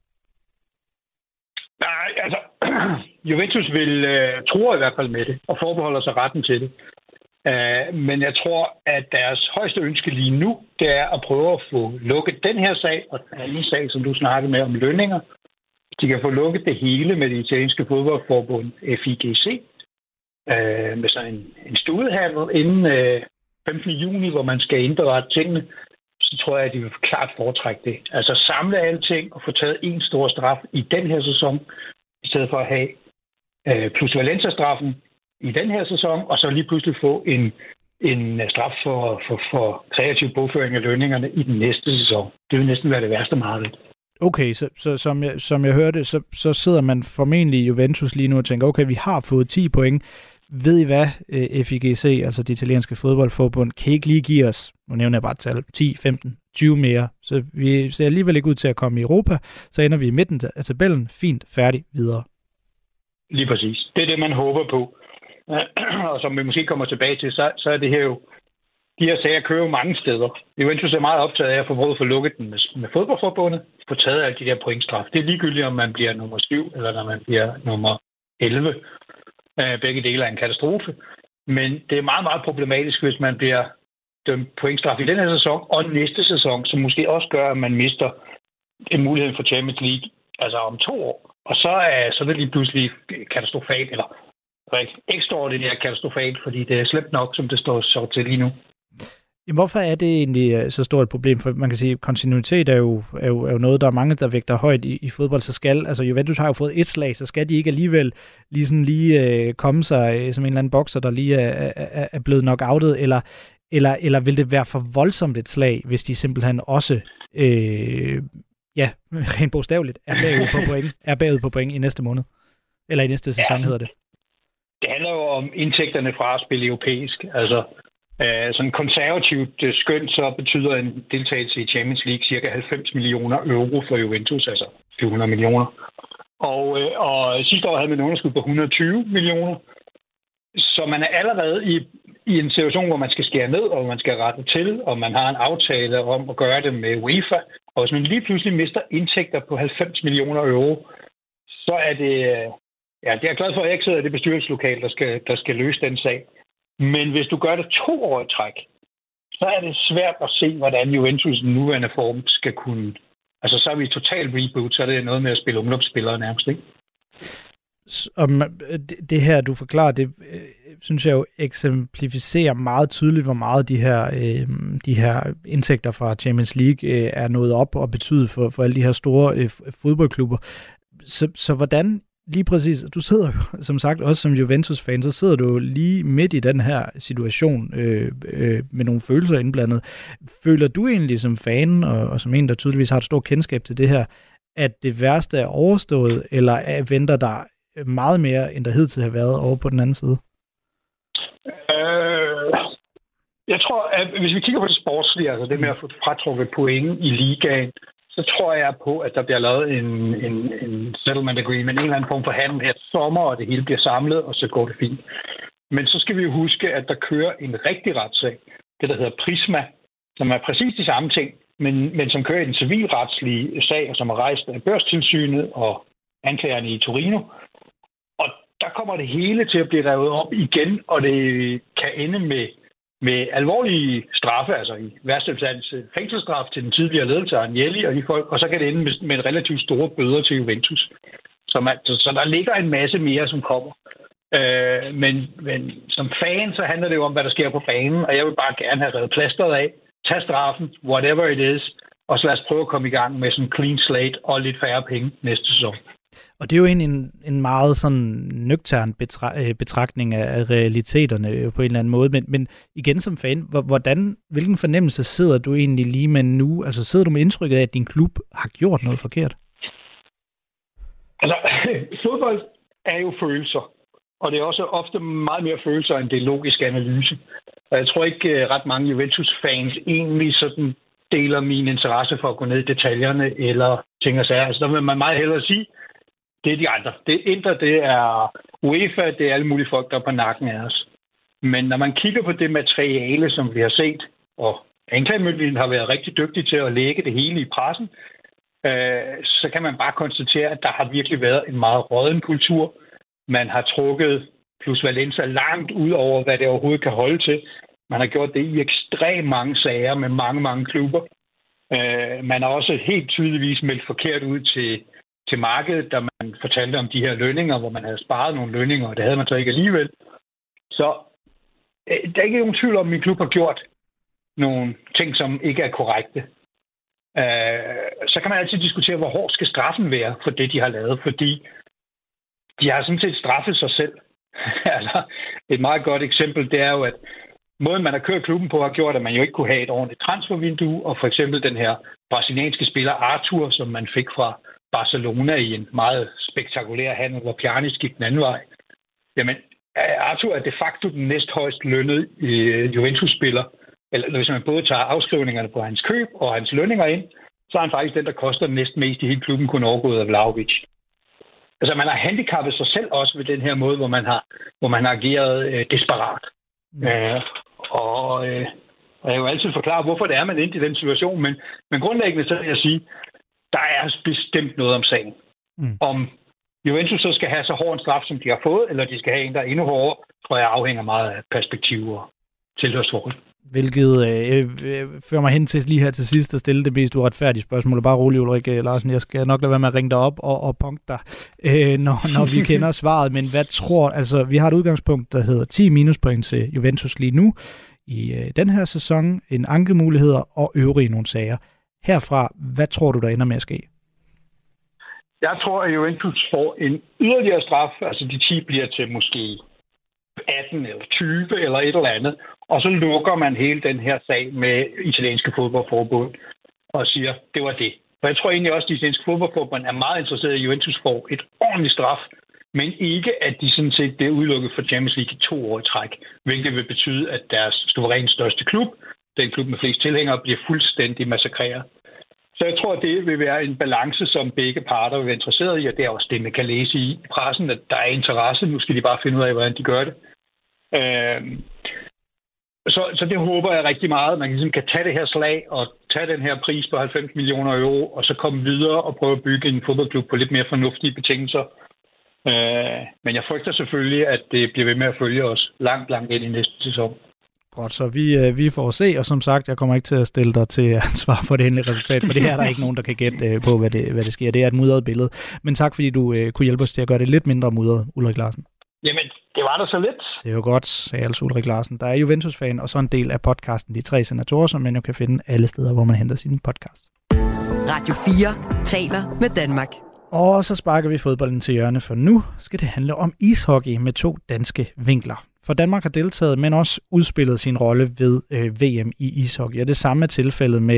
Nej, altså, Juventus vil tror i hvert fald med det, og forbeholder sig retten til det. Men jeg tror, at deres højeste ønske lige nu, det er at prøve at få lukket den her sag, og den anden sag, som du snakkede med om lønninger. De kan få lukket det hele med det italienske fodboldforbund FIGC, med sådan en studehandel inden 15. juni, hvor man skal indberette tingene, så tror jeg, at de vil klart foretrække det. Altså samle alle ting og få taget en stor straf i den her sæson, i stedet for at have plusvalenza-straffen i den her sæson, og så lige pludselig få en straf for kreativ bogføring af lønningerne i den næste sæson. Det vil næsten være det værste mareridt. Okay, så som jeg hørte, så sidder man formentlig i Juventus lige nu og tænker, okay, vi har fået 10 point. Ved I hvad, FIGC, altså det italienske fodboldforbund, kan ikke lige give os, nu nævner jeg bare et tal, 10, 15, 20 mere. Så vi ser alligevel ikke ud til at komme i Europa, så ender vi i midten af tabellen, fint, færdig, videre. Lige præcis. Det er det, man håber på. Og som vi måske kommer tilbage til, så er det her jo, de her sager kører jo mange steder. Juventus er meget optaget af at få lukket den med fodboldforbundet, få taget alle de der pointstraf. Det er ligegyldigt, om man bliver nummer 7, eller når man bliver nummer 11. Begge dele er en katastrofe. Men det er meget, meget problematisk, hvis man bliver dømt pointstraf i den her sæson, og næste sæson, som måske også gør, at man mister en mulighed for Champions League, altså om 2 år. Og så er det lige pludselig katastrofalt, eller ekstraordinært katastrofalt, fordi det er slemt nok, som det står så til lige nu. Jamen, hvorfor er det egentlig så stort et problem? For man kan sige, at kontinuitet er jo noget, der er mange, der vægter højt i fodbold, så skal, altså Juventus har jo fået et slag, så skal de ikke alligevel lige komme sig som en eller anden bokser, der lige er blevet knockoutet, eller vil det være for voldsomt et slag, hvis de simpelthen også, rent bogstaveligt, er bagud på point i næste måned? Eller i næste sæson, hedder det. Det handler jo om indtægterne fra at spille europæisk, altså sådan konservativt skønt, så betyder en deltagelse i Champions League cirka 90 millioner euro for Juventus, altså 400 millioner. Og sidste år havde man en underskud på 120 millioner. Så man er allerede i en situation, hvor man skal skære ned, og man skal rette til, og man har en aftale om at gøre det med UEFA. Og hvis man lige pludselig mister indtægter på 90 millioner euro, så er det... Ja, det er jeg glad for, at jeg ikke sidder i det bestyrelseslokale, der skal løse den sag. Men hvis du gør det 2 år i træk, så er det svært at se, hvordan Juventus' nuværende form skal kunne... Altså, så er vi total reboot, så er det noget med at spille ungdomsspillere nærmest, ikke? Det her, du forklarer, det synes jeg jo eksemplificerer meget tydeligt, hvor meget de her indtægter fra Champions League er nået op og betydet for alle de her store fodboldklubber. Så hvordan lige præcis, du sidder jo, som sagt, også som Juventus-fan, så sidder du lige midt i den her situation med nogle følelser indblandet. Føler du egentlig som fan, og som en, der tydeligvis har et stort kendskab til det her, at det værste er overstået, eller venter der meget mere, end der hidtil har været over på den anden side? Jeg tror, at hvis vi kigger på det sportslige, altså det med at få fratrukket point i ligaen, så tror jeg på, at der bliver lavet en settlement agreement, en eller anden form for handel her sommer, og det hele bliver samlet, og så går det fint. Men så skal vi jo huske, at der kører en rigtig retssag, det der hedder Prisma, som er præcis de samme ting, men som kører i den civilretslige sag, og som er rejst af Børstilsynet og anklagerne i Torino. Og der kommer det hele til at blive revet op igen, og det kan ende med alvorlige straffe, altså i værste fald fængselsstraf til den tidligere ledelse af Agnelli og de folk, og så kan det ende med relativt store bøder til Juventus. Så der ligger en masse mere, som kommer. Men som fan, så handler det jo om, hvad der sker på banen, og jeg vil bare gerne have revet plasteret af, tag straffen, whatever it is, og så lad os prøve at komme i gang med sådan en clean slate og lidt færre penge næste sæson. Og det er jo egentlig en meget sådan nøgtern betragtning af realiteterne på en eller anden måde. Men igen som fan, hvilken fornemmelse sidder du egentlig lige med nu? Altså sidder du med indtrykket af, at din klub har gjort noget forkert? Altså, fodbold er jo følelser. Og det er også ofte meget mere følelser, end det logiske analyse. Og jeg tror ikke ret mange Juventus-fans egentlig sådan deler min interesse for at gå ned i detaljerne eller ting og sager. Altså der vil man meget hellere sige, det er de andre. Det er Inter, det er UEFA, det er alle mulige folk, der er på nakken af os. Men når man kigger på det materiale, som vi har set, og anklagemyndigheden har været rigtig dygtig til at lægge det hele i pressen, så kan man bare konstatere, at der har virkelig været en meget rådden kultur. Man har trukket plus Valencia langt ud over, hvad det overhovedet kan holde til. Man har gjort det i ekstremt mange sager med mange klubber. Man har også helt tydeligvis meldt forkert ud til markedet, da man fortalte om de her lønninger, hvor man havde sparet nogle lønninger, og det havde man så ikke alligevel. Så der er ikke nogen tvivl om, at min klub har gjort nogle ting, som ikke er korrekte. Så kan man altid diskutere, hvor hård skal straffen være for det, de har lavet, fordi de har sådan set straffet sig selv. Altså, et meget godt eksempel, det er jo, at måden, man har kørt klubben på, har gjort, at man jo ikke kunne have et ordentligt transfervindue, og for eksempel den her brasilianske spiller Arthur, som man fik fra Barcelona i en meget spektakulær handel, hvor Pjanic gik den anden vej. Jamen, Arthur er de facto den næsthøjst lønnede Juventus-spiller. Eller hvis man både tager afskrivningerne på hans køb og hans lønninger ind, så er han faktisk den, der koster næstmest i hele klubben, kun overgået af Vlahovic. Altså, man har handicappet sig selv også ved den her måde, hvor man har ageret desperat. Og jeg vil altid forklare, hvorfor det er, man endte i den situation. Men grundlæggende så vil jeg sige, der er bestemt noget om sagen. Om Juventus så skal have så hård en straf, som de har fået, eller de skal have en, der er endnu hårdere, tror jeg afhænger meget af perspektiver og tilhørsforhold. Hvilket fører mig hen til lige her til sidst at stille det mest uretfærdige spørgsmål. Bare rolig, Ulrik Larsen. Jeg skal nok lade være med at ringe dig op og punkte dig, når vi kender svaret. Men hvad tror... Altså, vi har et udgangspunkt, der hedder 10 minuspoint til Juventus lige nu i den her sæson. En ankemuligheder og øvrige nogle sager. Herfra, hvad tror du, der ender med at ske? Jeg tror, at Juventus får en yderligere straf. Altså, de 10 bliver til måske 18 eller 20 eller et eller andet. Og så lukker man hele den her sag med italienske fodboldforbund og siger, det var det. For jeg tror egentlig også, at de italienske fodboldforbund er meget interesseret i, at Juventus får et ordentligt straf, men ikke at de sådan set bliver udelukket for Champions League i 2 år i træk, hvilket vil betyde, at deres suverænt største klub, den klub med flest tilhængere, bliver fuldstændig massakreret. Så jeg tror, at det vil være en balance, som begge parter vil være interesseret i, og det er også det, man kan læse i pressen, at der er interesse. Nu skal de bare finde ud af, hvordan de gør det. Så det håber jeg rigtig meget. Man ligesom kan tage det her slag og tage den her pris på 90 millioner euro, og så komme videre og prøve at bygge en fodboldklub på lidt mere fornuftige betingelser. Men jeg frygter selvfølgelig, at det bliver ved med at følge os langt ind i næste sæson. Godt, så vi får se, og som sagt, jeg kommer ikke til at stille dig til ansvar for det endelige resultat, for det her er der ikke nogen, der kan gætte på, hvad det sker. Det er et mudret billede. Men tak, fordi du kunne hjælpe os til at gøre det lidt mindre mudret, Ulrik Larsen. Jamen, det var da så lidt. Det er jo godt, sagde altså Ulrik Larsen. Der er Juventus-fan, og så en del af podcasten De Tre Senatorer, som man jo kan finde alle steder, hvor man henter sin podcast. Radio 4 taler med Danmark. Og så sparker vi fodbolden til hjørne, for nu skal det handle om ishockey med 2 danske vinkler. For Danmark har deltaget, men også udspillet sin rolle ved VM i ishockey. Og det samme tilfælde med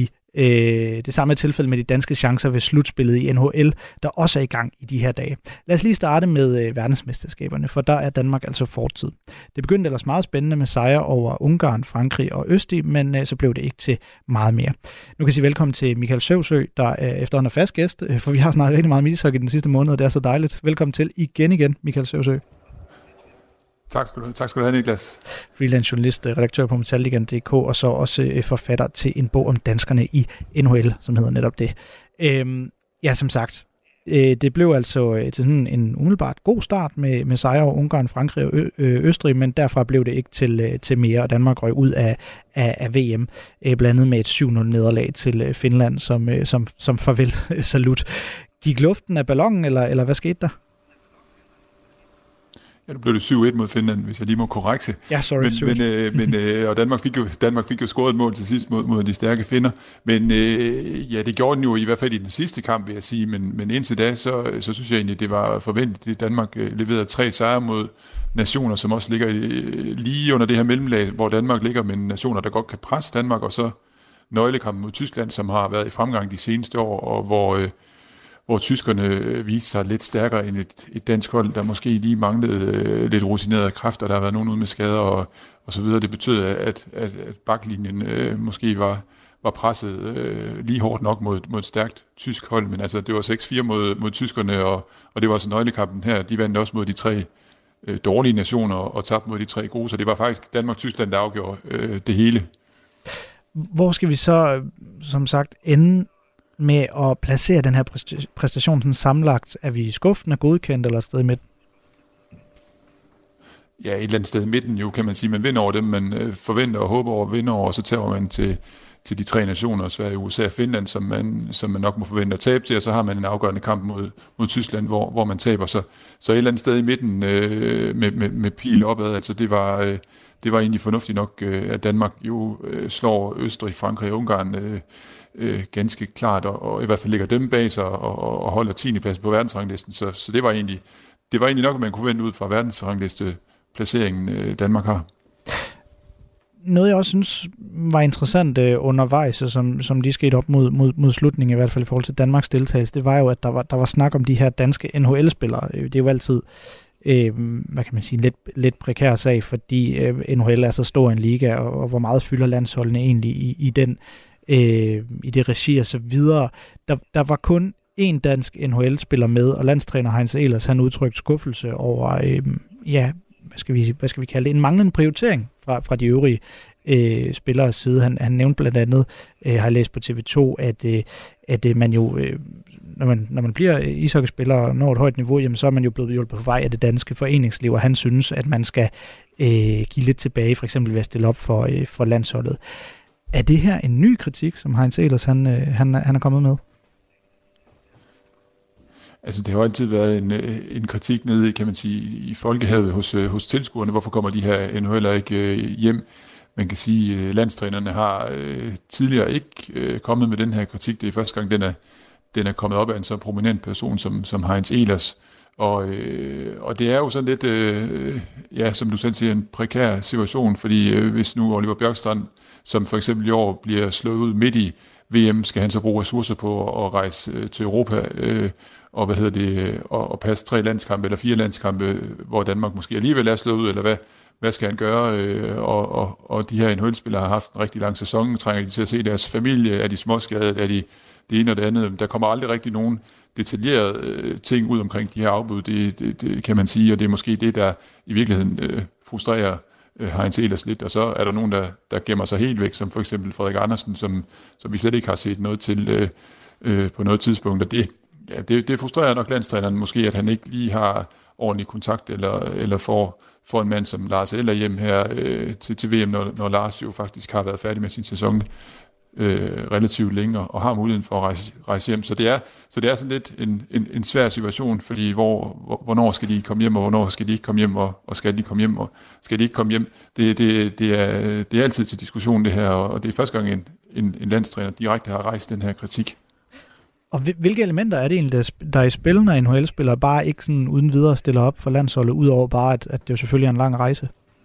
de danske chancer ved slutspillet i NHL, der også er i gang i de her dage. Lad os lige starte med verdensmesterskaberne, for der er Danmark altså fortid. Det begyndte ellers meget spændende med sejre over Ungarn, Frankrig og Østrig, men så blev det ikke til meget mere. Nu kan jeg sige velkommen til Michael Søvsø, der efterhånden er fast gæst, for vi har snakket rigtig meget om ishockey den sidste måned, og det er så dejligt. Velkommen til igen, Michael Søvsø. Tak skal du have, Niklas. Freelance journalist, redaktør på Metalligaen.dk, og så også forfatter til en bog om danskerne i NHL, som hedder netop det. Ja, som sagt, det blev altså til sådan en umiddelbart god start med sejre over Ungarn, Frankrig og Østrig, men derfra blev det ikke til mere, og Danmark røg ud af VM, blandet med et 7-0 nederlag til Finland, som farvel salut. Gik luften af ballonen, eller hvad skete der? Ja, nu blev det 7-1 mod Finland, hvis jeg lige må korrekse. Ja, sorry. Og Danmark fik jo scoret et mål til sidst mod de stærke finner. Men ja, det gjorde den jo i hvert fald i den sidste kamp, vil jeg sige. Men indtil da, så synes jeg egentlig, det var forventeligt, at Danmark leverede 3 sejre mod nationer, som også ligger lige under det her mellemlag, hvor Danmark ligger med nationer, der godt kan presse Danmark. Og så nøglekampen mod Tyskland, som har været i fremgang de seneste år, og hvor tyskerne viste sig lidt stærkere end et dansk hold, der måske lige manglede lidt rutinerede kræfter, der har været nogen ude med skader og så videre. Det betød, at baklinjen måske var presset lige hårdt nok mod et stærkt tysk hold, men altså det var 6-4 mod tyskerne, og det var også nøglekampen her. De vandt også mod de 3 dårlige nationer og tabte mod de 3 gode, så det var faktisk Danmark-Tyskland, der afgjorde det hele. Hvor skal vi så, som sagt, ende med at placere den her præstation sådan sammenlagt? Er vi skuffende, godkendt eller et sted i midten? Ja, et eller andet sted i midten jo, kan man sige. Man vinder over dem, man forventer og håber over at vinde over, og så tager man til de 3 nationer, Sverige, USA og Finland, som man nok må forvente at tabe til, og så har man en afgørende kamp mod Tyskland, hvor man taber. Så et eller andet sted i midten med pil opad, altså det var egentlig fornuftigt nok, at Danmark jo slår Østrig, Frankrig og Ungarn ganske klart, og i hvert fald ligger dem bag sig og holder 10. plads på verdensranglisten. Så det var egentlig nok, at man kunne vende ud fra verdensrangliste placeringen Danmark har. Noget, jeg også synes var interessant undervejs, og som lige skete op mod slutningen, i hvert fald i forhold til Danmarks deltagelse, det var jo, at der var snak om de her danske NHL-spillere. Det er jo altid, hvad kan man sige, lidt prekær sag, fordi NHL er så stor en liga, og hvor meget fylder landsholdene egentlig i det regi og så videre. Der var kun én dansk NHL-spiller med, og landstræner Heinz Ehlers, han udtrykte skuffelse over, hvad skal vi kalde det, en manglende prioritering fra de øvrige spilleres side. Han nævnte blandt andet, har jeg læst på TV2, at man jo, når man bliver ishockeyspiller og når et højt niveau, jamen, så er man jo blevet hjulpet på vej af det danske foreningsliv, og han synes, at man skal give lidt tilbage, for eksempel ved at stille op for landsholdet. Er det her en ny kritik, som Heinz Ehlers han er kommet med? Altså, det har altid været en kritik nede, kan man sige, i folkehavet hos tilskuerne. Hvorfor kommer de her NHL'er ikke hjem? Man kan sige, at landstrænerne har tidligere ikke kommet med den her kritik. Det er første gang, den er kommet op af en så prominent person som Heinz Ehlers. Og det er jo sådan lidt, som du selv siger, en prekær situation, fordi hvis nu Oliver Bjørkstrand, som for eksempel i år bliver slået ud midt i VM, skal han så bruge ressourcer på at rejse til Europa og passe 3 landskampe eller 4 landskampe, hvor Danmark måske alligevel er slået ud, eller hvad skal han gøre? Og de her NHL-spillere har haft en rigtig lang sæson, trænger de til at se deres familie, er de småskadet, er de det ene og det andet. Der kommer aldrig rigtig nogen detaljerede ting ud omkring de her afbud, det kan man sige, og det er måske det, der i virkeligheden frustrerer Heinz Ehlers lidt, og så er der nogen, der gemmer sig helt væk, som for eksempel Frederik Andersen, som vi slet ikke har set noget til på noget tidspunkt, og det ja, det frustrerer nok landstræneren måske, at han ikke lige har ordentlig kontakt, eller får en mand som Lars Eller hjem her til VM, når Lars jo faktisk har været færdig med sin sæson relativt længere, og har muligheden for at rejse hjem. Så det er sådan lidt en svær situation, fordi hvornår skal de komme hjem, og hvornår skal de ikke komme hjem, og skal de komme hjem, og skal de ikke komme hjem. Det er altid til diskussion det her, og det er første gang en landstræner direkte har rejst den her kritik. Og hvilke elementer er det egentlig, der er i spil, når NHL-spillere bare ikke sådan uden videre stiller op for landsholdet, udover bare, at det jo selvfølgelig er en lang rejse?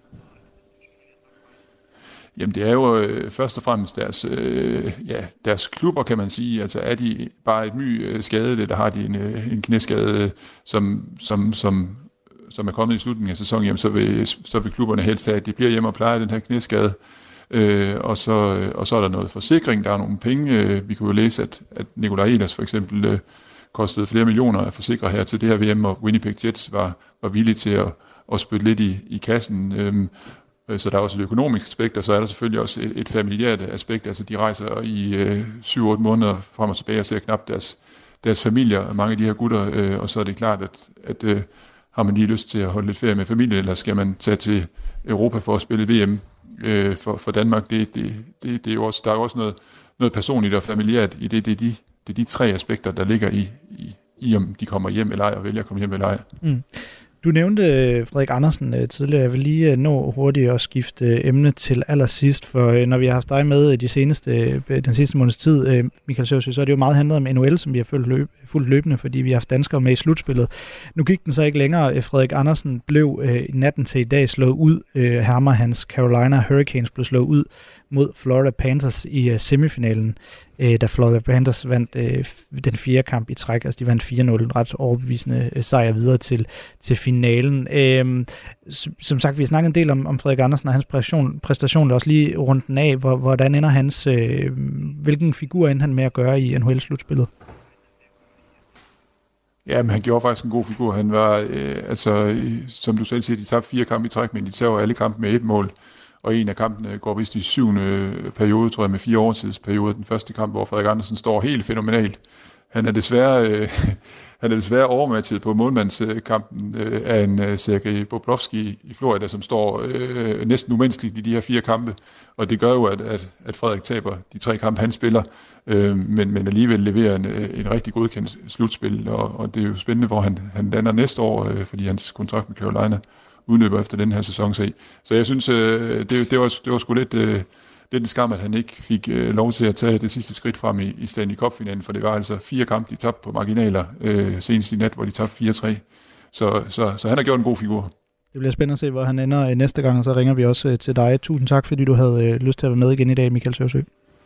Jamen det er jo først og fremmest deres klubber, kan man sige. Altså er de bare et skadet, eller har de en knæskade, som er kommet i slutningen af sæsonen, jamen, så vil klubberne helst have, at de bliver hjemme og plejer den her knæskade. Og så er der noget forsikring, der er nogle penge. Vi kunne jo læse, at Nikolaj Ehlers for eksempel kostede flere millioner at forsikre her til det her VM, og Winnipeg Jets var villige til at spytte lidt i kassen. Så der er også et økonomisk aspekt, og så er der selvfølgelig også et familiært aspekt. Altså de rejser i 7-8 måneder frem og tilbage og ser knap deres familier, mange af de her gutter, og så er det klart, at har man lige lyst til at holde lidt ferie med familien, eller skal man tage til Europa for at spille VM for Danmark. Det er jo også, der er jo også noget personligt og familiært i det. Det er de tre aspekter, der ligger i om de kommer hjem eller ej, og vælger at komme hjem eller ej. Mm. Du nævnte Frederik Andersen tidligere. Jeg vil lige nå hurtigt at skifte emne til allersidst, for når vi har haft dig med den sidste måneds tid, Michael Sørsø, så er det jo meget handlet om NHL, som vi har fulgt løbende, fordi vi har haft danskere med i slutspillet. Nu gik den så ikke længere. Frederik Andersen blev natten til i dag slået ud. Ham og hans Carolina Hurricanes blev slået ud mod Florida Panthers i semifinalen, da Florida Panthers vandt den 4. kamp i træk. Altså de vandt 4-0, en ret overbevisende sejr videre til finalen. Som sagt, vi har snakket en del om Frederik Andersen og hans præstation. Lad os lige runde den af. Hvordan ender hans... hvilken figur ender han med at gøre i NHL-slutspillet? Ja, men han gjorde faktisk en god figur. Han var, som du selv siger, de tabte 4 kampe i træk, men de tager alle kampe med 1 mål. Og en af kampene går vist i 7. periode, tror jeg, med 4 overtidsperiode. Den første kamp, hvor Frederik Andersen står helt fænomenalt. Han er desværre overmatchet på målmandskampen af en Sergej Bobrovski i Florida, som står næsten umenneskeligt i de her 4 kampe. Og det gør jo, at Frederik taber de 3 kampe, han spiller, men alligevel leverer en rigtig godkendt slutspil. Og det er jo spændende, hvor han lander næste år, fordi hans kontrakt med Carolina udløber efter den her sæson. Så jeg synes, det var sgu lidt en skam, at han ikke fik lov til at tage det sidste skridt frem i Stanley Cup-finalen, for det var altså 4 kampe, de tabte på marginaler senest i nat, hvor de tabte 4-3. Så han har gjort en god figur. Det bliver spændende at se, hvor han ender næste gang, og så ringer vi også til dig. Tusind tak, fordi du havde lyst til at være med igen i dag, Michael Sørsø.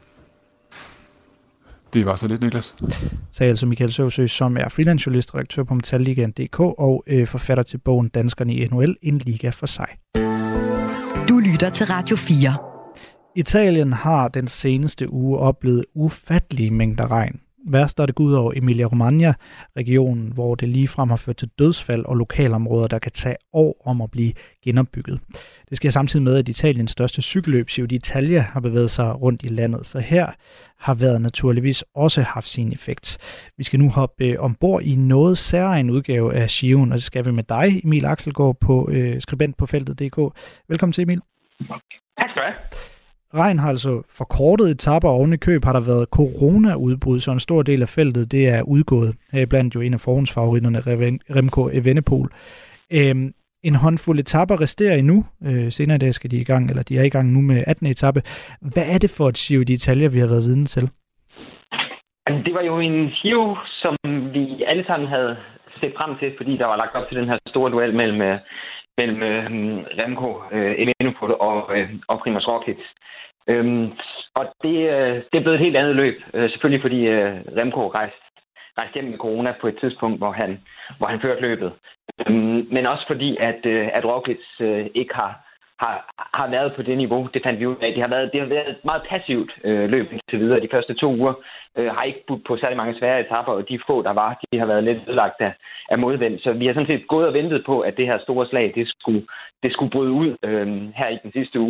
Det var så lidt, Niklas. Sagde altså Michael Sørsø, som er freelance-journalist, redaktør på Metalligaen.dk og forfatter til bogen Danskerne i NHL, en liga for sig. Du lytter til Radio 4. Italien har den seneste uge oplevet ufattelige mængder regn. Værst er det gået ud over Emilia-Romagna-regionen, hvor det ligefrem har ført til dødsfald og lokalområder, der kan tage år om at blive genopbygget. Det sker samtidig med, at Italiens største cykelløb, Giro d'Italia, har bevæget sig rundt i landet. Så her har vejret naturligvis også haft sin effekt. Vi skal nu hoppe ombord i noget særlig udgave af Giroen, og det skal vi med dig, Emil Axelgaard, på skribent på feltet.dk. Velkommen til, Emil. Tak skal du have. Regn har altså forkortet etaper, og oven i køb har der været corona-udbrud, så en stor del af feltet det er udgået. Heriblandt jo en af forhåndsfavoritterne, Remco Evenepoel. En håndfuld etaper resterer endnu. Senere i dag skal de i gang, eller de er i gang nu med 18. etape. Hvad er det for et Giro d'Italia, vi har været vidne til? Det var jo en Giro, som vi alle sammen havde set frem til, fordi der var lagt op til den her store duel mellem Remco Evenepoel og Primož Roglič. Og det er blevet et helt andet løb. Selvfølgelig fordi Remco rejste hjem med corona på et tidspunkt, hvor han førte løbet. Men også fordi, at Roglič ikke har været på det niveau. Det fandt vi ud af. Det har været et meget passivt løb indtil videre. De første 2 uger har ikke budt på særlig mange svære etaper, og de få, der var, de har været lidt ødelagt af modvind. Så vi har sådan set gået og ventet på, at det her store slag, det skulle bryde ud her i den sidste uge.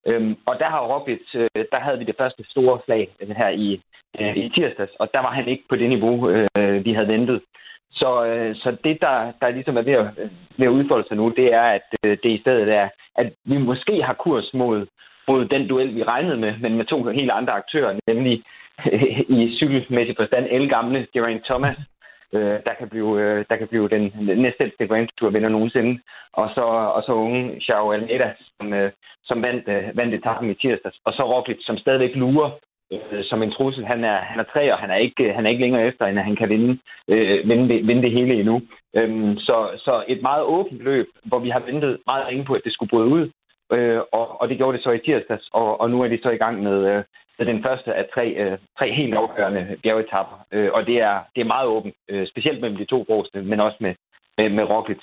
Og der har Roglic, der havde vi det første store slag her i tirsdags, og der var han ikke på det niveau, vi havde ventet. Så det, der ligesom er ved at udfolde sig nu, det er, at det i stedet er, at vi måske har kurs mod den duel, vi regnede med, men med 2 helt andre aktører, nemlig i cykelmæssig forstand elgamle Geraint Thomas, der kan blive den næstældste Grand Tour-vinder nogensinde, og så unge Joao Almeida, som vandt etappen i tirsdags, og så Roglic, som stadigvæk lurer som en trussel. Han er 3, og han er ikke længere efter, end at han kan vinde det hele endnu. Så et meget åbent løb, hvor vi har ventet meget længe på, at det skulle bryde ud, og det gjorde det så i tirsdags, og nu er de så i gang med den første af 3 helt afgørende bjergetapper, og det er meget åbent, specielt mellem de 2 brovste, men også med Roglic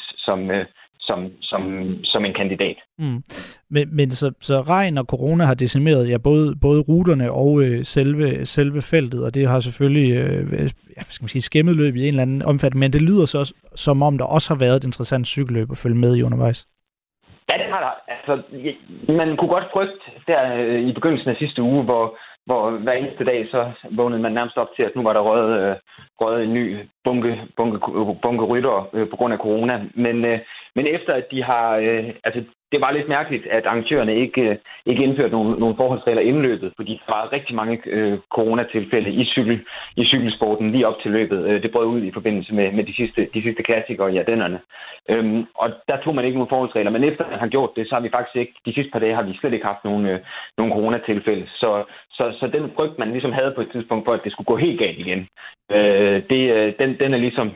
som en kandidat. Men så regn og corona har decimeret både ruterne og selve feltet, og det har selvfølgelig skæmmet løbet i en eller anden omfattning, men det lyder så også, som om der også har været et interessant cykelløb at følge med i undervejs. Ja, det har der. Altså, man kunne godt frygte der i begyndelsen af sidste uge, hvor hver eneste dag så vågnede man nærmest op til, at nu var der røget en ny bunke ryttere på grund af corona. Men efter at de har... det var lidt mærkeligt, at arrangørerne ikke indførte nogle forholdsregler inden løbet, fordi der var rigtig mange coronatilfælde i cykelsporten lige op til løbet. Det brød ud i forbindelse med de sidste klassikere i Ardennerne. Og der tog man ikke nogen forholdsregler, men efter man har gjort det, så har vi faktisk ikke... De sidste par dage har vi slet ikke haft nogle coronatilfælde. Så den frygt, man ligesom havde på et tidspunkt for, at det skulle gå helt galt igen, den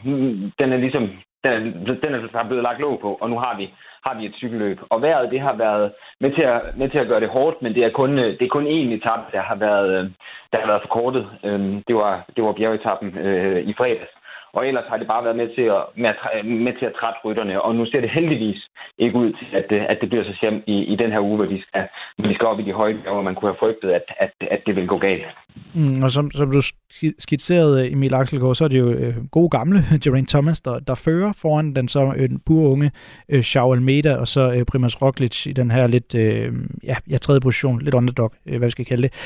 er blevet lagt låg på, og nu har vi et cykelløb. Og vejret, det har været med til at gøre det hårdt, men det er kun én etape, der har været forkortet. Det var bjergetappen i fredags. Og ellers har det bare været med til at trætte rytterne, og nu ser det heldigvis ikke ud til, at det bliver så slemt i den her uge, hvor de skal op i de høje bjerge, og man kunne have frygtet, at det vil gå galt. Og som du skitserede, Emil Axelgaard, så er det jo gode gamle Geraint Thomas, der fører foran den så en pur unge Joao Almeida, og så Primož Roglic i den her lidt, tredje position, lidt underdog, hvad vi skal kalde det.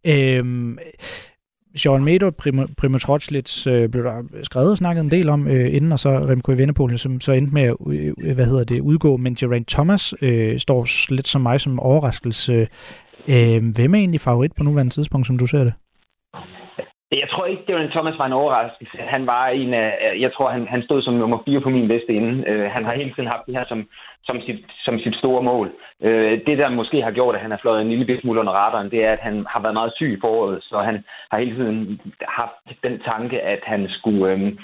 Joao Almeida og Primož Roglic blev der skrevet og snakket en del om inden, og så Remco Evenepoel, som så endte med at udgå, men Geraint Thomas står lidt som mig som overraskelse. Hvem er egentlig favorit på nuværende tidspunkt, som du ser det? Jeg tror ikke, Geraint Thomas var en overraskelse. Han var jeg tror, han stod som nummer 4 på min liste inden. Han har hele tiden haft det her som sit store mål. Det, der måske har gjort, at han har fløjet en lille smule under radaren, det er, at han har været meget syg i foråret, så han har hele tiden haft den tanke, at han skulle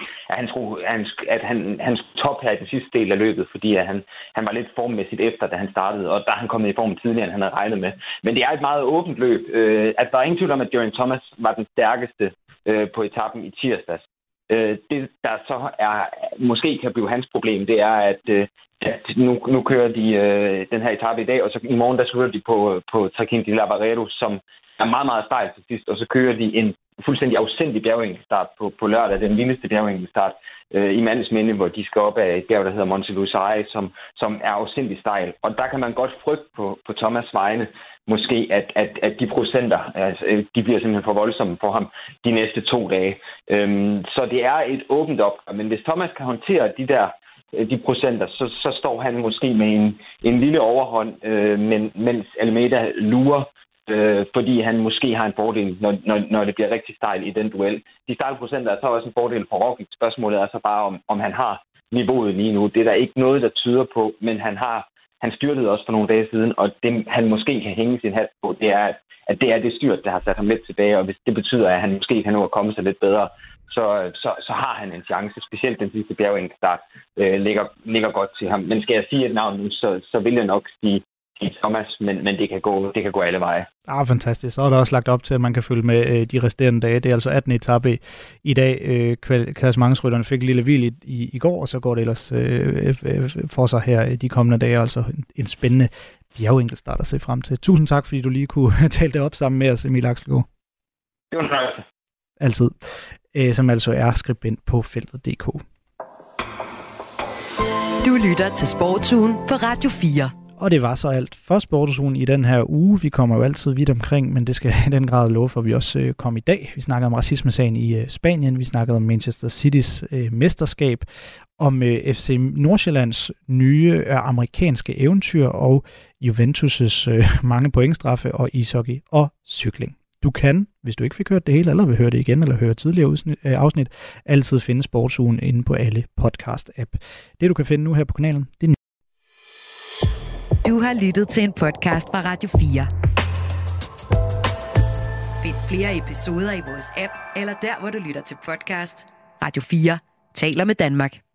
top her i den sidste del af løbet, fordi at han var lidt formmæssigt efter, da han startede, og der er han kommet i form tidligere, end han havde regnet med. Men det er et meget åbent løb. At der er ingen tvivl om, at Geraint Thomas var den stærkeste på etappen i tirsdags. Det, der så måske kan blive hans problem, det er, at nu kører de den her etape i dag, og så i morgen, der kører de på Trekking de Lavaredo, som er meget, meget stejl til sidst, og så kører de en fuldstændig afsindig bjergenkelstart på lørdag, den vildeste bjergenkelstart i Mandsminde, hvor de skal op af et bjerg, der hedder Monte Lussari, som er afsindig stejl. Og der kan man godt frygte på Thomas' vegne, måske, at de procenter, de bliver simpelthen for voldsomme for ham de næste 2 dage. Så det er et åbent opgør, men hvis Thomas kan håndtere de procenter, så står han måske med en lille overhånd, mens Almeida lurer, fordi han måske har en fordel, når det bliver rigtig stejl i den duel. De stejlprocenter er så også en fordel for Roglic. Spørgsmålet er så bare, om han har niveauet lige nu. Det er der ikke noget, der tyder på, men han styrtede også for nogle dage siden, og det, han måske kan hænge sin hat på, det er, at det er det styrt, der har sat ham lidt tilbage, og hvis det betyder, at han måske kan nå at komme sig lidt bedre, så har han en chance. Specielt den sidste bjergenkelstart ligger godt til ham. Men skal jeg sige et navn nu, så vil jeg nok sige Thomas, men det kan gå alle veje. Fantastisk. Så er der også lagt op til, at man kan følge med de resterende dage. Det er altså 18. etape i dag. Klassementsrytterne fik en lille hvil i går, og så går det ellers for sig her de kommende dage. Altså en spændende bjergenkelstart at se frem til. Tusind tak, fordi du lige kunne tale det op sammen med os, Emil Axelgaard. Det var en fornøjelse. Altid. Som altså er skribent på feltet.dk. Du lytter til Sportsugen på Radio 4. Og det var så alt for Sportsugen i den her uge. Vi kommer jo altid vidt omkring, men det skal i den grad love for, at vi også kom i dag. Vi snakker om racismesagen i Spanien, vi snakkede om Manchester Citys mesterskab, om FC Nordsjællands nye amerikanske eventyr og Juventus' mange pointstraffe og ishockey og cykling. Du kan, hvis du ikke fik hørt det hele, eller vil høre det igen, eller høre tidligere afsnit, altid finde Sportsugen inde på alle podcast-app. Det du kan finde nu her på kanalen, det er... Du har lyttet til en podcast fra Radio 4. Find flere episoder i vores app, eller der, hvor du lytter til podcast. Radio 4 taler med Danmark.